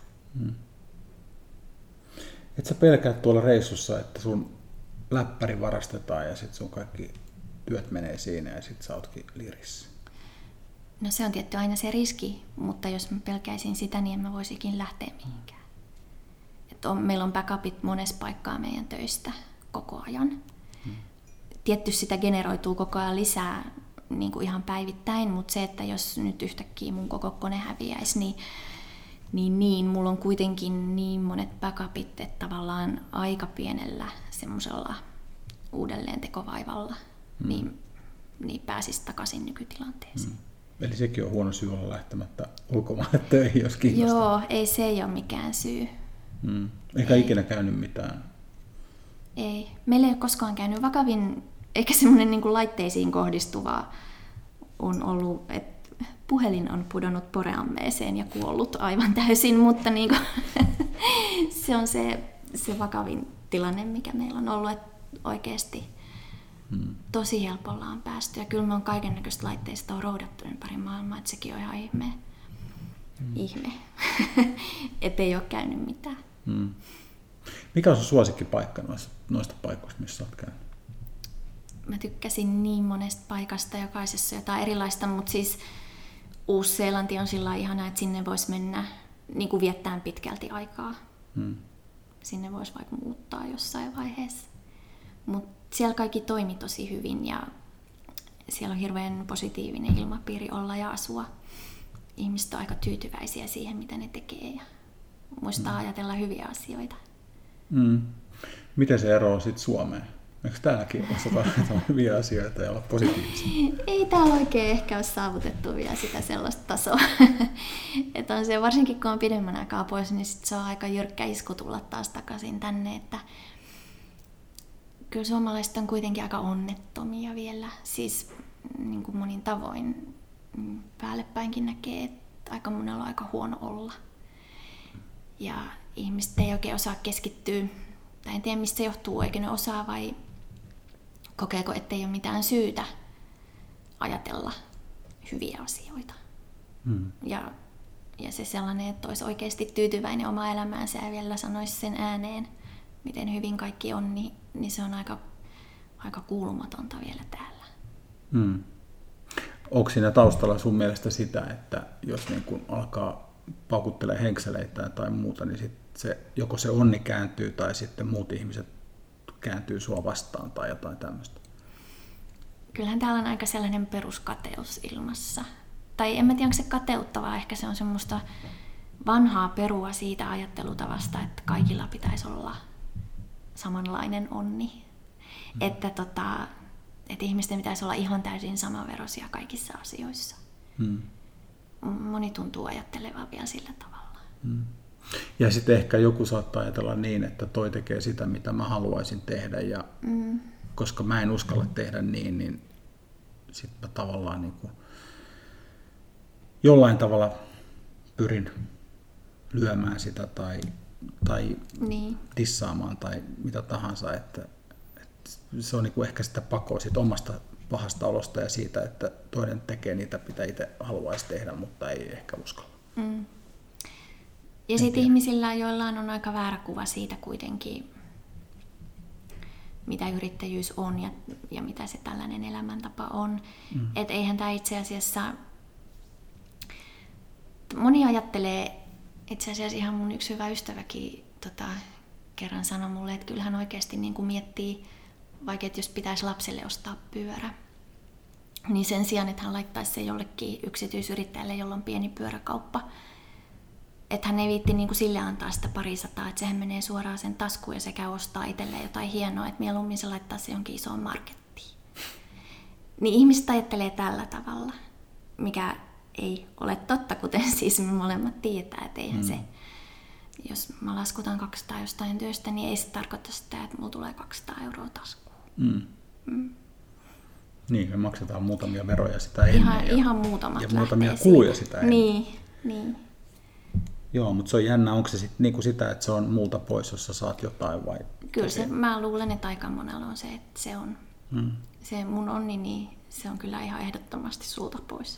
Et sä pelkäät tuolla reissussa, että sun läppäri varastetaan ja sitten sun kaikki työt menee siinä ja sitten sä ootkin lirissä? No se on tietty aina se riski, mutta jos mä pelkäisin sitä, niin en mä voisikin lähteä mihinkään. Meillä on backupit monessa paikkaa meidän töistä koko ajan. Tietty sitä generoituu koko ajan lisää niin kuin ihan päivittäin, mutta se, että jos nyt yhtäkkiä mun koko kone häviäisi, niin mulla on kuitenkin niin monet backupit, että tavallaan aika pienellä semmoisella uudelleentekovaivalla niin pääsisi takaisin nykytilanteeseen. Eli sekin on huono syy olla lähtemättä ulkomaille töihin, jos kiinnostaa. Joo, se ei ole mikään syy. Eikä ikinä käynyt mitään? Ei. Meillä ei ole koskaan käynyt vakavin, eikä semmoinen niin kuin laitteisiin kohdistuvaa on ollut, että puhelin on pudonnut poreammeeseen ja kuollut aivan täysin, mutta niin kuin se on se vakavin tilanne, mikä meillä on ollut, että oikeasti tosi helpolla on päästy. Ja kyllä me on kaikennäköistä laitteista on roudattu ympäri maailmaa, että sekin on ihan ihme. Että ei ole käynyt mitään. Mikä on sun suosikkipaikka noista paikoista, missä olet käynyt? Mä tykkäsin niin monesta paikasta, jokaisessa jotain erilaista, mutta siis Uusi-Seelanti on sillä ihana, että sinne voisi mennä niin kuin viettämään pitkälti aikaa. Sinne voisi vaikka muuttaa jossain vaiheessa. Mutta siellä kaikki toimi tosi hyvin ja siellä on hirveän positiivinen ilmapiiri olla ja asua. Ihmiset on aika tyytyväisiä siihen, mitä ne tekee ja muistaa ajatella hyviä asioita. Miten se eroaa sitten Suomeen? Eikö täälläkin osataan hyviä asioita ja olla positiivisia? Ei täällä oikein ehkä ole saavutettu vielä sitä sellaista tasoa. Että on se, varsinkin kun on pidemmän aikaa pois, niin sit se on aika jyrkkä isku tulla taas takaisin tänne. Että kyllä suomalaiset on kuitenkin aika onnettomia vielä. Siis niin kuin monin tavoin päällepäinkin näkee, että aika monella on aika huono olla. Ja ihmiset ei oikein osaa keskittyä. Tai en tiedä, mistä se johtuu, eikö ne osaa vai kokeeko, ettei ole mitään syytä ajatella hyviä asioita. Ja se sellainen, että olisi oikeasti tyytyväinen oma elämäänsä ja vielä sanoisi sen ääneen, miten hyvin kaikki on, niin se on aika kuulumatonta vielä täällä. Onko siinä taustalla sun mielestä sitä, että jos niin kun alkaa paukuttelemaan henkseleitä tai muuta, niin sit joko se onni kääntyy tai sitten muut ihmiset kääntyy sua vastaan tai jotain tämmöistä? Kyllähän täällä on aika sellainen peruskateus ilmassa. Tai en mä tiedä, onko se kateutta, vaan ehkä se on semmoista vanhaa perua siitä ajattelutavasta, että kaikilla pitäisi olla samanlainen onni. Että ihmisten pitäisi olla ihan täysin samanveroisia kaikissa asioissa. Moni tuntuu ajattelevan vielä sillä tavalla. Ja sitten ehkä joku saattaa ajatella niin, että toi tekee sitä, mitä mä haluaisin tehdä, ja koska mä en uskalla tehdä niin sitten mä tavallaan niin kuin jollain tavalla pyrin lyömään sitä tai tissaamaan tai mitä tahansa, että se on niin kuin ehkä sitä pakoa siitä omasta pahasta olosta ja siitä, että toinen tekee niitä, mitä itse haluaisi tehdä, mutta ei ehkä uskalla. Ja sitten ihmisillä, joillain on aika väärä kuva siitä kuitenkin, mitä yrittäjyys on ja mitä se tällainen elämäntapa on. Että eihän tämä itse asiassa, moni ajattelee, itse asiassa ihan mun yksi hyvä ystäväkin kerran sanoi mulle, että kyllähän oikeasti niin kuin miettii, vaikka jos pitäisi lapselle ostaa pyörä, niin sen sijaan, että hän laittaisi se jollekin yksityisyrittäjälle, jolla on pieni pyöräkauppa, että hän ei viitti niin kuin sille antaa sitä 200, että sehän menee suoraan sen taskuun ja se käy ostaa itselleen jotain hienoa, että mieluummin se laittaa se jonkin isoon markettiin. Niin ihmiset ajattelee tällä tavalla, mikä ei ole totta, kuten siis me molemmat tietää, että eihän se, jos mä laskutan 200 jostain työstä, niin ei se tarkoita sitä, että mulla tulee 200 euroa taskuun. Niin, me maksetaan muutamia veroja sitä ennen ihan muutamat ja muutamia kuluja sitä ennen. Niin. Joo, mutta se on jännä. Onko se sitten niinku sitä, että se on multa pois, jos sä saat jotain vai? Kyllä se, mä luulen, että aika monella on se, että se on se mun onni, niin se on kyllä ihan ehdottomasti sulta pois.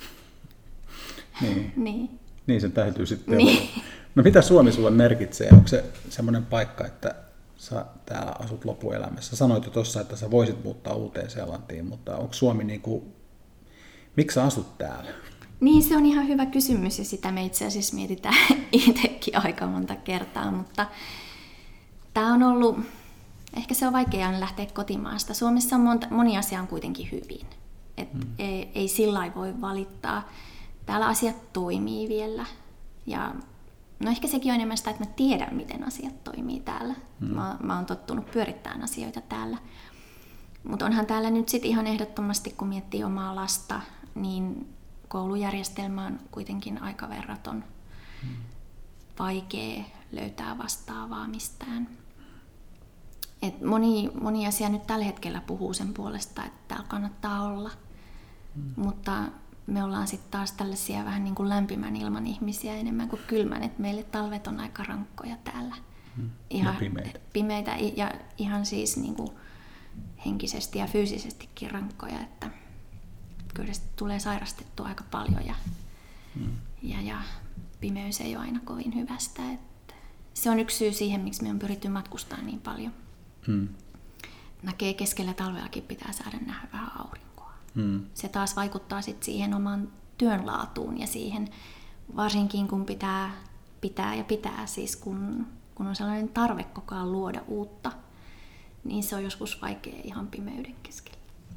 Niin se täytyy sitten olla. No mitä Suomi sulle merkitsee? Onko se semmoinen paikka, että sä täällä asut loppuelämässä? Sanoit jo tuossa, että sä voisit muuttaa Uuteen-Seelantiin, mutta onko Suomi niinku, miksi sä asut täällä? Niin, se on ihan hyvä kysymys ja sitä me itse asiassa mietitään itsekin aika monta kertaa, mutta tämä on ollut, ehkä se on vaikea lähteä kotimaasta. Suomessa on moni asia on kuitenkin hyvin, ei sillä lailla voi valittaa. Täällä asiat toimii vielä ja No ehkä sekin on enemmän sitä, että mä tiedän, miten asiat toimii täällä. Mä oon tottunut pyörittämään asioita täällä. Mutta onhan täällä nyt sitten ihan ehdottomasti, kun miettii omaa lasta, niin koulujärjestelmä on kuitenkin aika verraton. Vaikea löytää vastaavaa mistään. Et moni asia nyt tällä hetkellä puhuu sen puolesta, että täällä kannattaa olla. Mutta me ollaan sitten taas tällaisia vähän niin kuin lämpimän ilman ihmisiä enemmän kuin kylmän. Et meille talvet on aika rankkoja täällä. Ihan pimeitä ja ihan siis niin kuin henkisesti ja fyysisestikin rankkoja. Että kyllä se tulee sairastettua aika paljon ja pimeys ei ole aina kovin hyvästä. Että se on yksi syy siihen, miksi me on pyritty matkustamaan niin paljon. Näkee keskellä talveakin pitää saada nähdä vähän aurinkoa. Se taas vaikuttaa sit siihen oman työn laatuun ja siihen, varsinkin kun pitää siis kun on sellainen tarve koko ajan luoda uutta, niin se on joskus vaikea ihan pimeyden keskellä.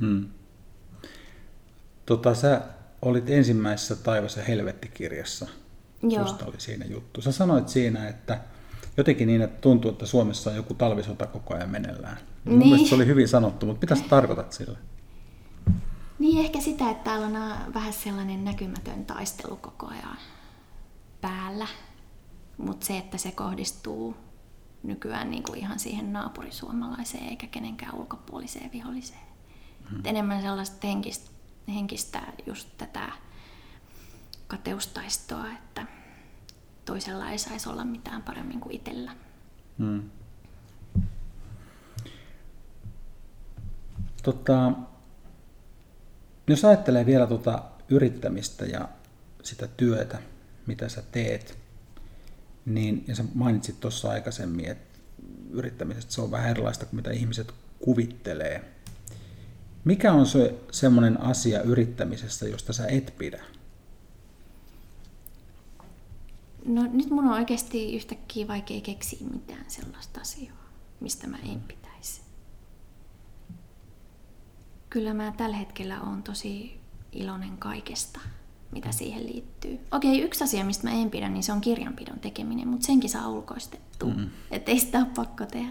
Sä olit ensimmäisessä Taivas ja helvetti-kirjassa. Susta oli siinä juttu. Sä sanoit siinä, että jotenkin niin, että tuntuu, että Suomessa on joku talvisota koko ajan meneillään. Mun mielestä se oli hyvin sanottu, mutta mitä sä tarkoitat sillä? Niin, ehkä sitä, että täällä on vähän sellainen näkymätön taistelu koko ajan päällä. Mutta se, että se kohdistuu nykyään niin kuin ihan siihen naapurisuomalaiseen eikä kenenkään ulkopuoliseen viholliseen. Enemmän sellaista henkistä just tätä kateustaistoa, että toisella ei saisi olla mitään paremmin kuin itsellä. Jos ajattelee vielä yrittämistä ja sitä työtä, mitä sä teet, niin, ja sä mainitsit tuossa aikaisemmin, että yrittämisestä se on vähän erilaista kuin mitä ihmiset kuvittelee. Mikä on se semmoinen asia yrittämisessä, josta sä et pidä? No nyt mun on oikeasti yhtäkkiä vaikea keksiä mitään sellaista asiaa, mistä mä en pitäisi. Kyllä mä tällä hetkellä oon tosi iloinen kaikesta, mitä siihen liittyy. Okei, yksi asia, mistä mä en pidä, niin se on kirjanpidon tekeminen, mutta senkin saa ulkoistettua. Että ei sitä ole pakko tehdä.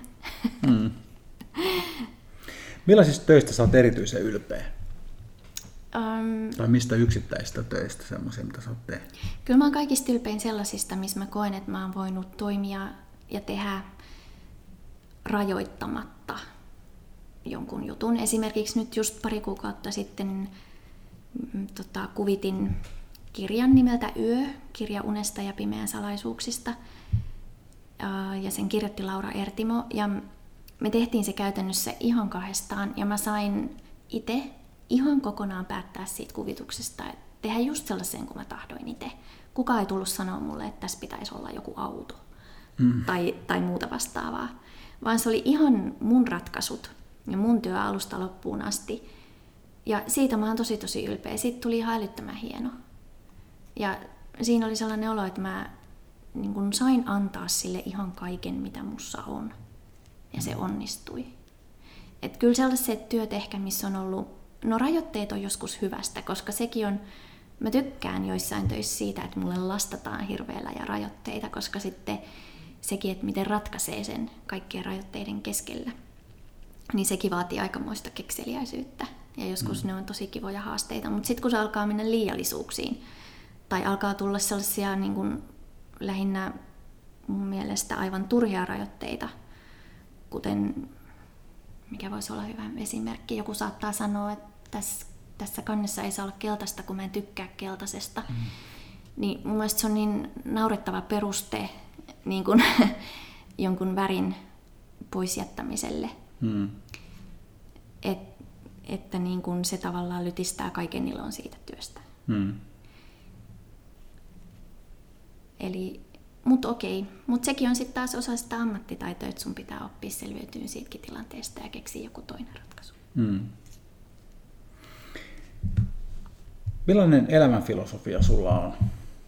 Millaisista töistä sä oot erityisen ylpeä? Tai mistä yksittäisistä töistä semmoisia, mitä sä oot tehnyt? Kyllä mä oon kaikista ylpein sellaisista, missä mä koen, että mä oon voinut toimia ja tehdä rajoittamatta jonkun jutun. Esimerkiksi nyt just pari kuukautta sitten kuvitin kirjan nimeltä Yö, kirja unesta ja pimeän salaisuuksista. Ja sen kirjoitti Laura Ertimo. Ja me tehtiin se käytännössä ihan kahdestaan. Ja mä sain itse ihan kokonaan päättää siitä kuvituksesta, että tehdä just sellaisen kuin mä tahdoin itse. Kukaan ei tullut sanoa mulle, että tässä pitäisi olla joku auto tai muuta vastaavaa. Vaan se oli ihan mun ratkaisut ja mun työ alusta loppuun asti. Ja siitä mä oon tosi ylpeä. Siitä tuli ihan älyttömän hieno. Ja siinä oli sellainen olo, että mä niin kun sain antaa sille ihan kaiken, mitä mussa on. Ja se onnistui. Et kyllä sellaiset työt ehkä, missä on ollut... No rajoitteet on joskus hyvästä, koska sekin on... Mä tykkään joissain töissä siitä, että mulle lastataan hirveellä ja rajoitteita, koska sitten sekin, että miten ratkaisee sen kaikkien rajoitteiden keskellä, niin sekin vaatii aikamoista kekseliäisyyttä. Ja joskus ne on tosi kivoja haasteita, mutta sitten kun se alkaa mennä liiallisuuksiin, tai alkaa tulla sellaisia niin kuin lähinnä mun mielestä aivan turhia rajoitteita, kuten, mikä voisi olla hyvä esimerkki, joku saattaa sanoa, että tässä kannessa ei saa olla keltaista, kun mä en tykkää keltaisesta. Niin mun mielestä se on niin naurettava peruste niin kuin jonkun värin pois jättämiselle, että niin kuin se tavallaan lytistää kaiken ilon siitä työstä. Mutta okei, mutta sekin on sitten taas osa sitä ammattitaitoa, että sun pitää oppia selviytymään siitäkin tilanteesta ja keksiä joku toinen ratkaisu. Millainen elämänfilosofia sulla on?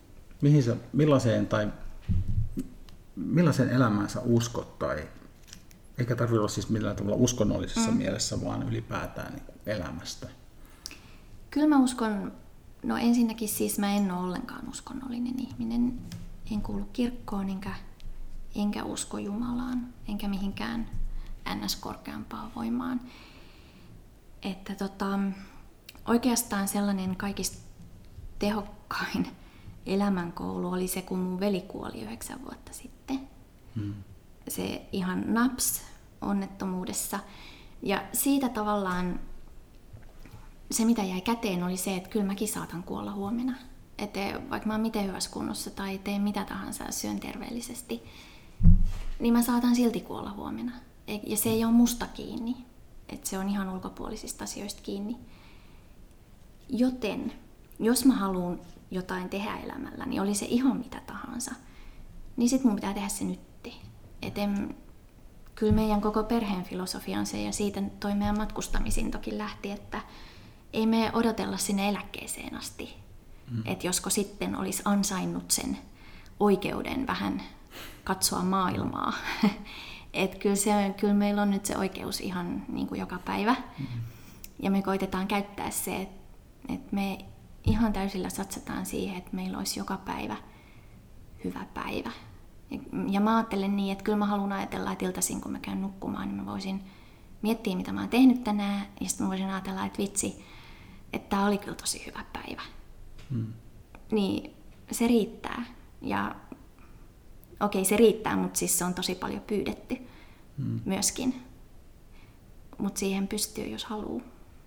Millaiseen elämään sä uskot? Tai, eikä tarvitse olla siis millään tavalla uskonnollisessa mielessä, vaan ylipäätään niin kuin elämästä. Kyllä mä uskon, no ensinnäkin siis mä en ole ollenkaan uskonnollinen ihminen. En kuulu kirkkoon, enkä usko Jumalaan, enkä mihinkään ns-korkeampaan voimaan. Että oikeastaan sellainen kaikista tehokkain elämänkoulu oli se, kun mun veli kuoli 9 vuotta sitten. Se ihan naps onnettomuudessa. Ja siitä tavallaan se, mitä jäi käteen, oli se, että kyllä mäkin saatan kuolla huomenna. Että vaikka mä oon miten hyvässä kunnossa tai teen mitä tahansa ja syön terveellisesti, niin mä saatan silti kuolla huomenna. Ja se ei ole musta kiinni. Että se on ihan ulkopuolisista asioista kiinni. Joten, jos mä haluan jotain tehdä elämällä, niin oli se ihan mitä tahansa, niin sit mun pitää tehdä se nytti. Kyllä meidän koko perheen filosofia on se, ja siitä toi meidän matkustamisintokin lähti, että ei me odotella sinne eläkkeeseen asti. Että josko sitten olisi ansainnut sen oikeuden vähän katsoa maailmaa. Että kyllä meillä on nyt se oikeus ihan niin kuin joka päivä. Ja me koitetaan käyttää se, että me ihan täysillä satsataan siihen, että meillä olisi joka päivä hyvä päivä. Ja mä ajattelen niin, että kyllä mä haluan ajatella, että iltaisin kun mä käyn nukkumaan, niin mä voisin miettiä, mitä mä oon tehnyt tänään. Ja sitten mä voisin ajatella, että vitsi, että tää oli kyllä tosi hyvä päivä. Niin se riittää. Ja okei, se riittää, mutta siis se on tosi paljon pyydetty myöskin. Mutta siihen pystyy, jos haluaa.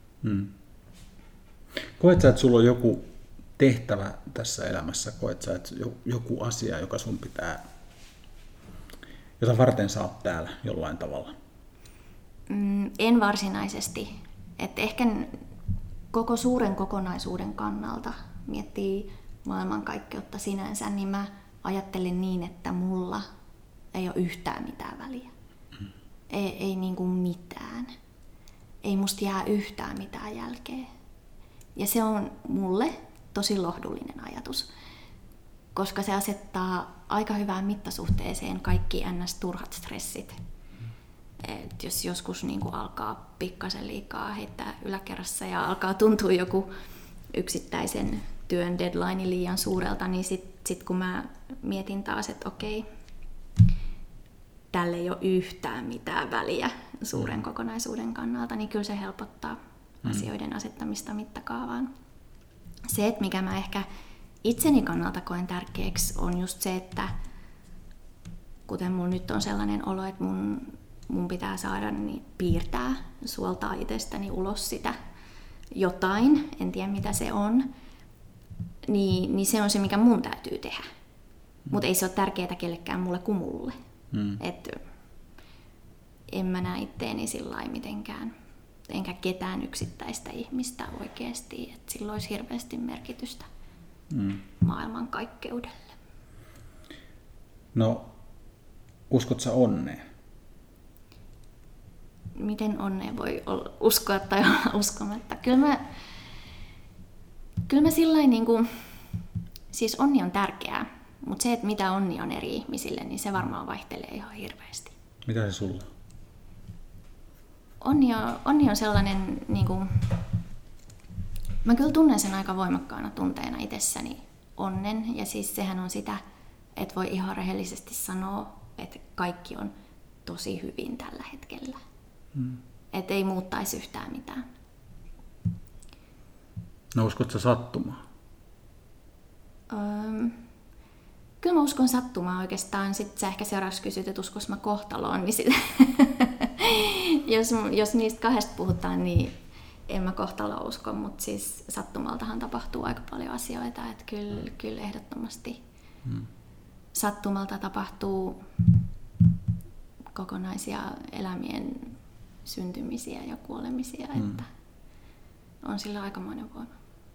Koet sä, että sulla on joku tehtävä tässä elämässä? Koet sä, että joku asia, joka sun pitää, jota varten sä oot täällä jollain tavalla? En varsinaisesti. Et ehkä koko suuren kokonaisuuden kannalta miettii maailmankaikkeutta sinänsä, niin mä ajattelen niin, että mulla ei ole yhtään mitään väliä. Ei niin kuin mitään. Ei musta jää yhtään mitään jälkeä. Ja se on mulle tosi lohdullinen ajatus, koska se asettaa aika hyvään mittasuhteeseen kaikki ns-turhat stressit. Et jos joskus niin kuin alkaa pikkasen liikaa heittää yläkerrassa ja alkaa tuntua joku yksittäisen työn deadline liian suurelta, niin sit kun mä mietin taas, että okei, tälle ei ole yhtään mitään väliä suuren kokonaisuuden kannalta, niin kyllä se helpottaa asioiden asettamista mittakaavaan. Se, että mikä mä ehkä itseni kannalta koen tärkeäksi, on just se, että kuten mun nyt on sellainen olo, että mun pitää saada niin piirtää, suoltaa itsestäni ulos sitä jotain, en tiedä mitä se on, niin se on se, mikä mun täytyy tehdä. Mutta ei se ole tärkeää kellekään mulle kuin mulle. Et en mä näe itteeni sillä mitenkään, enkä ketään yksittäistä ihmistä oikeasti, että sillä olisi hirveästi merkitystä maailmankaikkeudelle. No, uskot sä onneen? Miten onneen voi uskoa tai olla uskomatta? Kyllä mä sillain niinku, siis onni on tärkeää, mutta se, että mitä onni on eri ihmisille, niin se varmaan vaihtelee ihan hirveästi. Mitä se sulla on? Onni on sellainen, niinku, mä kyllä tunnen sen aika voimakkaana tunteena itsessäni onnen, ja siis sehän on sitä, että voi ihan rehellisesti sanoa, että kaikki on tosi hyvin tällä hetkellä. Että ei muuttaisi yhtään mitään. No uskotko sä sattumaa? Kyllä mä uskon sattumaa oikeastaan. Sitten sä ehkä seuraavaksi kysyt, että uskos mä kohtaloon. Niin jos niistä kahdesta puhutaan, niin en mä kohtaloon usko. Mutta siis sattumaltahan tapahtuu aika paljon asioita. Että kyllä ehdottomasti sattumalta tapahtuu kokonaisia elämien syntymisiä ja kuolemisia. Että on sillä aikamoinen voima.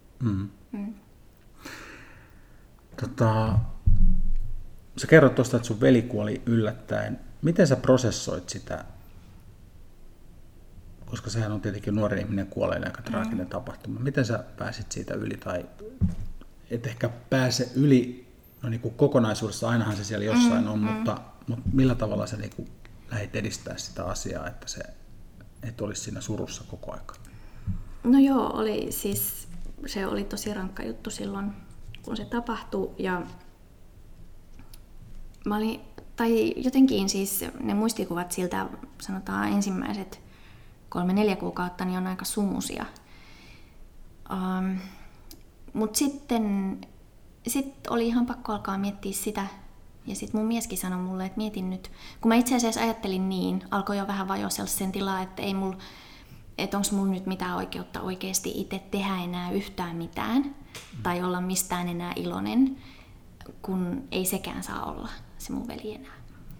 Sä kerrot tuosta, että sun veli kuoli yllättäen. Miten sä prosessoit sitä? Koska sehän on tietenkin nuori ihminen kuolee aika traaginen tapahtuma. Miten sä pääsit siitä yli? Tai et ehkä pääse yli, no niin kuin kokonaisuudessa ainahan se siellä jossain on, mutta millä tavalla sä niin kuin lähdit edistää sitä asiaa, että se et olisi siinä surussa koko aika? No joo, se oli tosi rankka juttu silloin, kun se tapahtui. Ja tai jotenkin siis ne muistikuvat siltä, sanotaan ensimmäiset 3-4 kuukautta, niin on aika sumusia. Mutta sitten oli ihan pakko alkaa miettiä sitä. Ja sitten mun mieskin sanoi mulle, että mietin nyt, kun mä itse asiassa ajattelin niin, alkoi jo vähän vajosella sen tilaa, että onko mulla nyt mitään oikeutta oikeasti itse tehdä enää yhtään mitään, tai olla mistään enää iloinen, kun ei sekään saa olla, se mun veli enää.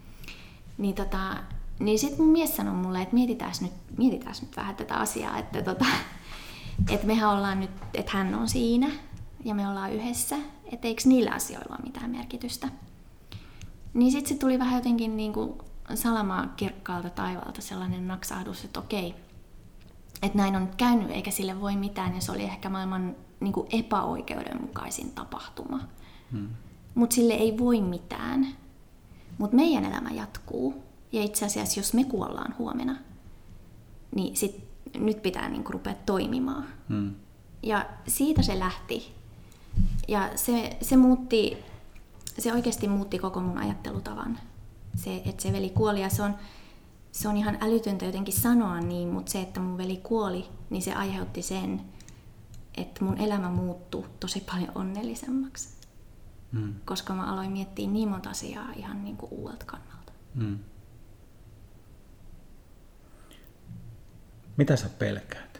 Niin sitten mun mies sanoi mulle, että mietitään nyt vähän tätä asiaa, että mehän ollaan nyt, että hän on siinä ja me ollaan yhdessä, että eikö niillä asioilla ole mitään merkitystä. Niin sitten se tuli vähän jotenkin niin kuin salamaa kirkkaalta taivaalta sellainen naksahdus, että okei, että näin on nyt käynyt eikä sille voi mitään ja se oli ehkä maailman niin kuin epäoikeudenmukaisin tapahtuma. Mutta sille ei voi mitään. Mutta meidän elämä jatkuu ja itse asiassa jos me kuollaan huomenna, niin nyt pitää niin kuin rupea toimimaan. Ja siitä se lähti ja se oikeasti muutti koko mun ajattelutavan. Että se veli kuoli ja se on ihan älytöntä jotenkin sanoa niin, mutta se, että mun veli kuoli, niin se aiheutti sen, että mun elämä muuttui tosi paljon onnellisemmaksi. Koska mä aloin miettiä niin monta asiaa ihan niin kuin uudelta kannalta. Mitä sä pelkäät?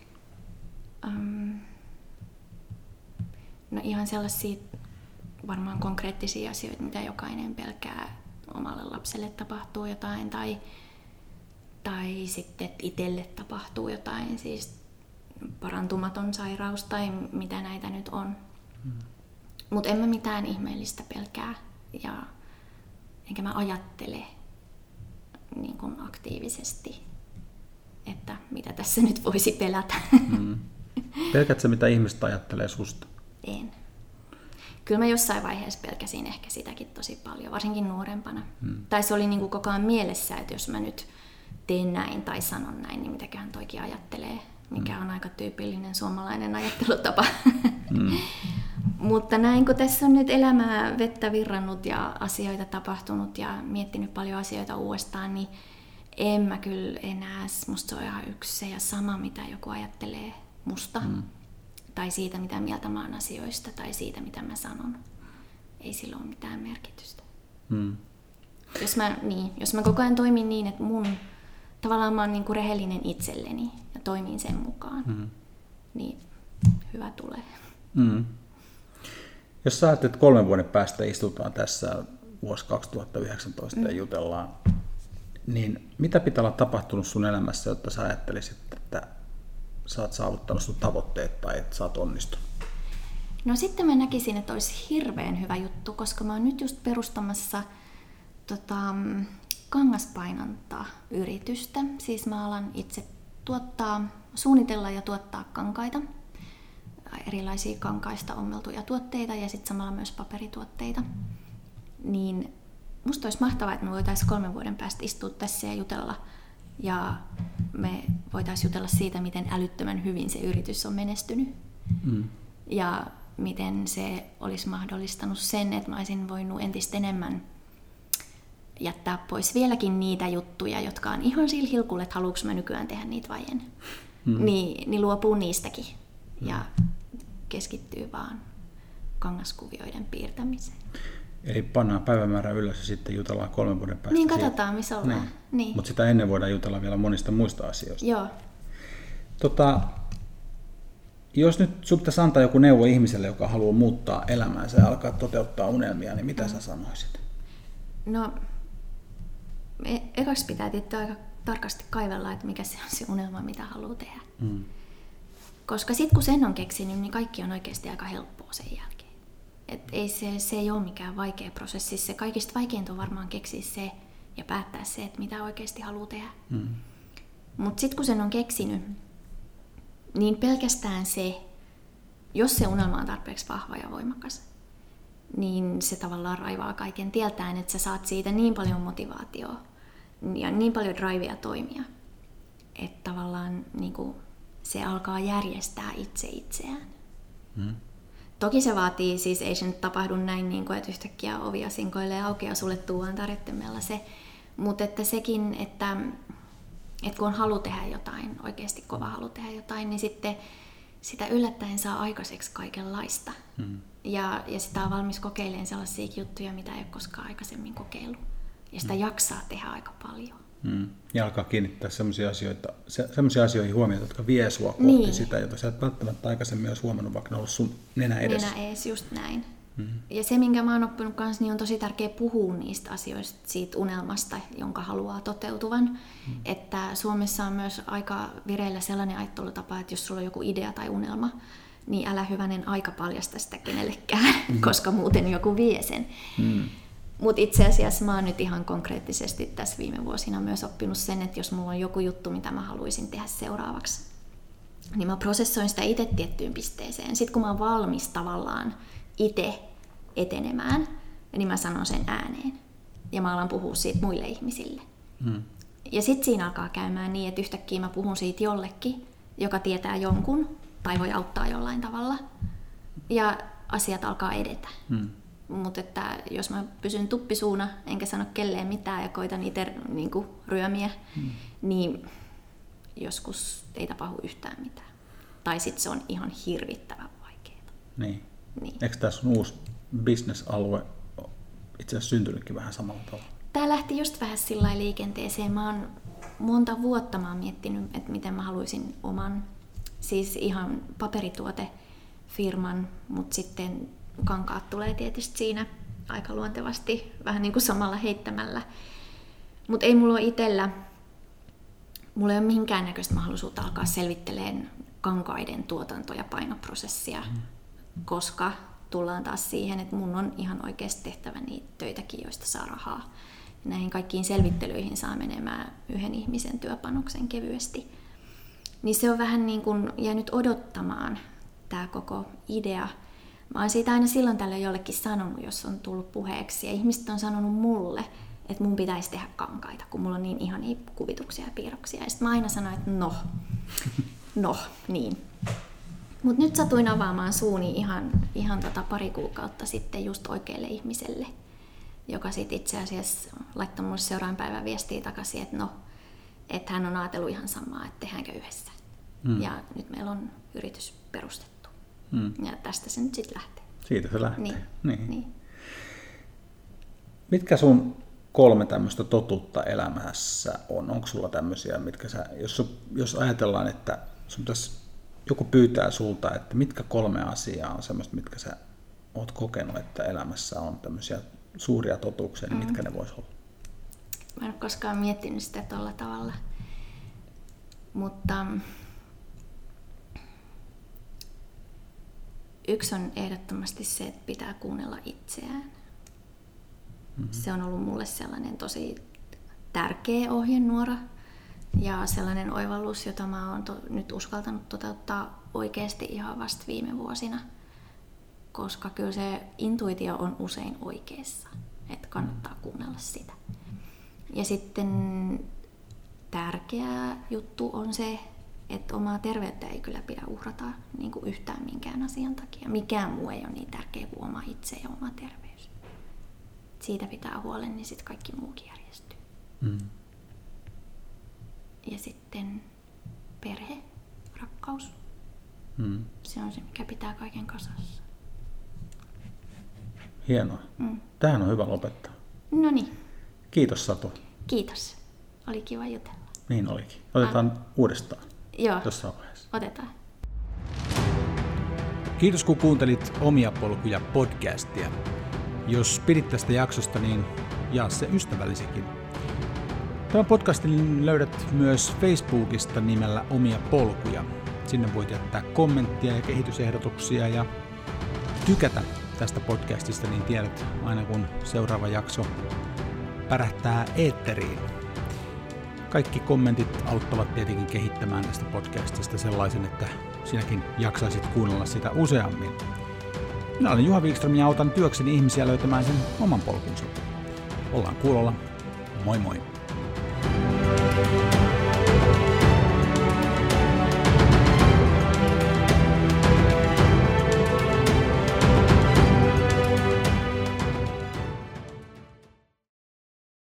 No ihan sellaisia varmaan konkreettisia asioita, mitä jokainen pelkää. Omalle lapselle tapahtuu jotain tai sitten itselle tapahtuu jotain, siis parantumaton sairaus tai mitä näitä nyt on. Mutta en mä mitään ihmeellistä pelkää enkä mä ajattele niin kuin aktiivisesti, että mitä tässä nyt voisi pelätä. Pelkäätkö mitä ihmiset ajattelee susta? En. Kyllä mä jossain vaiheessa pelkäsin ehkä sitäkin tosi paljon, varsinkin nuorempana. Tai se oli niin kuin koko ajan mielessä, että jos mä nyt teen näin tai sanon näin, niin mitäköhän toikin ajattelee, mikä on aika tyypillinen suomalainen ajattelutapa. Mutta näin kun tässä on nyt elämää vettä virrannut ja asioita tapahtunut ja miettinyt paljon asioita uudestaan, niin en mä kyllä enää, musta se on ihan yksi se ja sama, mitä joku ajattelee musta. Tai siitä, mitä mieltä mä oon asioista, tai siitä, mitä mä sanon. Ei sillä ole mitään merkitystä. Jos mä koko ajan toimin niin, että tavallaan mä oon niin kuin rehellinen itselleni ja toimin sen mukaan, niin hyvä tulee. Jos sä ajattelet 3 vuoden päästä istutaan tässä vuosi 2019 ja jutellaan, niin mitä pitää olla tapahtunut sun elämässä, jotta sä ajattelisit, että sä oot saavuttanut sun tavoitteet tai että sä oot onnistunut? No sitten mä näkisin, että olisi hirveän hyvä juttu, koska mä oon nyt just perustamassa kangaspainonta-yritystä. Siis mä alan itse suunnitella ja tuottaa kankaita, erilaisia kankaista ommeltuja tuotteita ja sitten samalla myös paperituotteita. Niin musta olisi mahtavaa, että me voitaisiin 3 vuoden päästä istua tässä ja jutella. Ja me voitaisiin jutella siitä, miten älyttömän hyvin se yritys on menestynyt. Ja miten se olisi mahdollistanut sen, että mä olisin voinut entistä enemmän jättää pois vieläkin niitä juttuja, jotka on ihan sillä hilkulla, että haluanko mä nykyään tehdä niitä vai en. Niin luopuu niistäkin ja keskittyy vaan kangaskuvioiden piirtämiseen. Eli pannaan päivämäärä ylös ja sitten jutellaan 3 vuoden päästä. Niin, katsotaan missä ollaan. Niin. Mutta sitä ennen voidaan jutella vielä monista muista asioista. Joo. Jos nyt sun pitäisi antaa joku neuvo ihmiselle, joka haluaa muuttaa elämäänsä ja alkaa toteuttaa unelmia, niin mitä sä sanoisit? No, ekaksi pitää tietää aika tarkasti kaivella, että mikä se on se unelma, mitä haluaa tehdä. Koska sitten kun sen on keksinyt, niin kaikki on oikeasti aika helppoa sen jälkeen. Se ei ole mikään vaikea prosessi. Se kaikista vaikeinta on varmaan keksiä se ja päättää se, että mitä oikeasti haluaa tehdä. Mutta sitten kun sen on keksinyt, niin pelkästään se, jos se unelma on tarpeeksi vahva ja voimakas, niin se tavallaan raivaa kaiken tieltään, että sä saat siitä niin paljon motivaatiota ja niin paljon drivea toimia, että tavallaan niin kuin se alkaa järjestää itseään. Toki se vaatii, siis ei se nyt tapahdu näin, niin kuin, että yhtäkkiä ovia sinkoilee auki ja sulle tuodaan tarjottimella se. Mutta että sekin, että kun on halu tehdä jotain, oikeasti kova halu tehdä jotain, niin sitten sitä yllättäen saa aikaiseksi kaikenlaista. Ja sitä on valmis kokeilemaan sellaisia juttuja, mitä ei ole koskaan aikaisemmin kokeillut. Ja sitä jaksaa tehdä aika paljon. Ja alkaa kiinnittää sellaisia asioihin huomiota, jotka vie sua kohti sitä, jota sä et välttämättä aikaisemmin olisi huomannut, vaikka ne ollut sun nenä edessä. Nenä edes, just näin. Ja se, minkä mä oon oppinut kanssa, niin on tosi tärkeä puhua niistä asioista, siitä unelmasta, jonka haluaa toteutuvan. Että Suomessa on myös aika vireillä sellainen ajattelutapa, että jos sulla on joku idea tai unelma, niin älä hyvänen aika paljasta sitä kenellekään, koska muuten joku vie sen. Mutta itse asiassa mä oon nyt ihan konkreettisesti tässä viime vuosina myös oppinut sen, että jos mulla on joku juttu, mitä mä haluaisin tehdä seuraavaksi, niin mä prosessoin sitä itse tiettyyn pisteeseen. Sitten kun mä oon valmis tavallaan itse etenemään, niin mä sanon sen ääneen. Ja mä alan puhua siitä muille ihmisille. Ja sitten siinä alkaa käymään niin, että yhtäkkiä mä puhun siitä jollekin, joka tietää jonkun tai voi auttaa jollain tavalla. Ja asiat alkaa edetä. Mutta että jos mä pysyn tuppisuuna, enkä sano kelleen mitään ja koitan itse niinku ryömiä, niin joskus ei tapahdu yhtään mitään. Tai sitten se on ihan hirvittävän vaikeaa. Niin. Eikö tässä on uusi business-alue itse asiassa syntynytkin vähän samalla tavalla? Tää lähti just vähän sillä liikenteeseen. Mä oon monta vuotta miettinyt, että miten mä haluaisin oman, siis ihan paperituotefirman, mutta sitten kankaat tulee tietysti siinä aika luontevasti, vähän niin kuin samalla heittämällä. Mutta ei mulla ole itsellä, mulla ei ole minkäännäköistä mahdollisuutta alkaa selvittelemään kankaiden tuotanto- ja painoprosessia, koska tullaan taas siihen, että mun on ihan oikeasti tehtävä niitä töitäkin, joista saa rahaa. Näihin kaikkiin selvittelyihin saa menemään yhden ihmisen työpanoksen kevyesti. Niin se on vähän niin kuin jäänyt odottamaan tämä koko idea. Mä oon siitä aina silloin tällöin jollekin sanonut, jos on tullut puheeksi. Ja ihmiset on sanonut mulle, että mun pitäisi tehdä kankaita, kun mulla on niin ihania kuvituksia ja piirroksia. Ja sit mä aina sanoin, että no, niin. Mut nyt satuin avaamaan suuni ihan pari kuukautta sitten just oikealle ihmiselle, joka sit itse asiassa laittoi mulle seuraavan päivän viestiä takaisin, että että hän on ajatellut ihan samaa, että tehdäänkö yhdessä. Ja nyt meillä on yritys perustettu. Ja tästä se nyt sitten lähtee. Siitä se lähtee. Niin. Mitkä sun 3 tämmöistä totuutta elämässä on? Onko sulla tämmöisiä, mitkä jos ajatellaan, että sun joku pyytää sulta, että mitkä 3 asiaa on semmoista, mitkä sä oot kokenut, että elämässä on tämmöisiä suuria totuuksia, niin mitkä ne vois olla? Mä en ole koskaan miettinyt sitä tolla tavalla, mutta yksi on ehdottomasti se, että pitää kuunnella itseään. Se on ollut mulle sellainen tosi tärkeä ohjenuora ja sellainen oivallus, jota mä oon nyt uskaltanut toteuttaa oikeasti ihan vasta viime vuosina, koska kyllä se intuitio on usein oikeassa, että kannattaa kuunnella sitä. Ja sitten tärkeä juttu on se, että omaa terveyttä ei kyllä pidä uhrata niin kuin yhtään minkään asian takia. Mikään muu ei ole niin tärkeä kuin oma itse ja oma terveys. Siitä pitää huolen, niin sitten kaikki muukin järjestyy. Ja sitten perhe, rakkaus. Se on se, mikä pitää kaiken kasassa. Hienoa. Tähän on hyvä lopettaa. No niin. Kiitos Satu. Kiitos. Oli kiva jutella. Niin olikin. Otetaan uudestaan. Joo. Jossain vaiheessa. Otetaan. Kiitos kun kuuntelit Omia polkuja podcastia. Jos pidit tästä jaksosta, niin jaa se ystävällisikin. Tämän podcastin löydät myös Facebookista nimellä Omia polkuja. Sinne voit jättää kommenttia ja kehitysehdotuksia ja tykätä tästä podcastista, niin tiedät aina kun seuraava jakso pärähtää eetteriin. Kaikki kommentit auttavat tietenkin kehittämään tästä podcastista sellaisen, että sinäkin jaksaisit kuunnella sitä useammin. Minä olen Juha Wikström ja autan työkseni ihmisiä löytämään sen oman polkunsa. Ollaan kuulolla. Moi moi!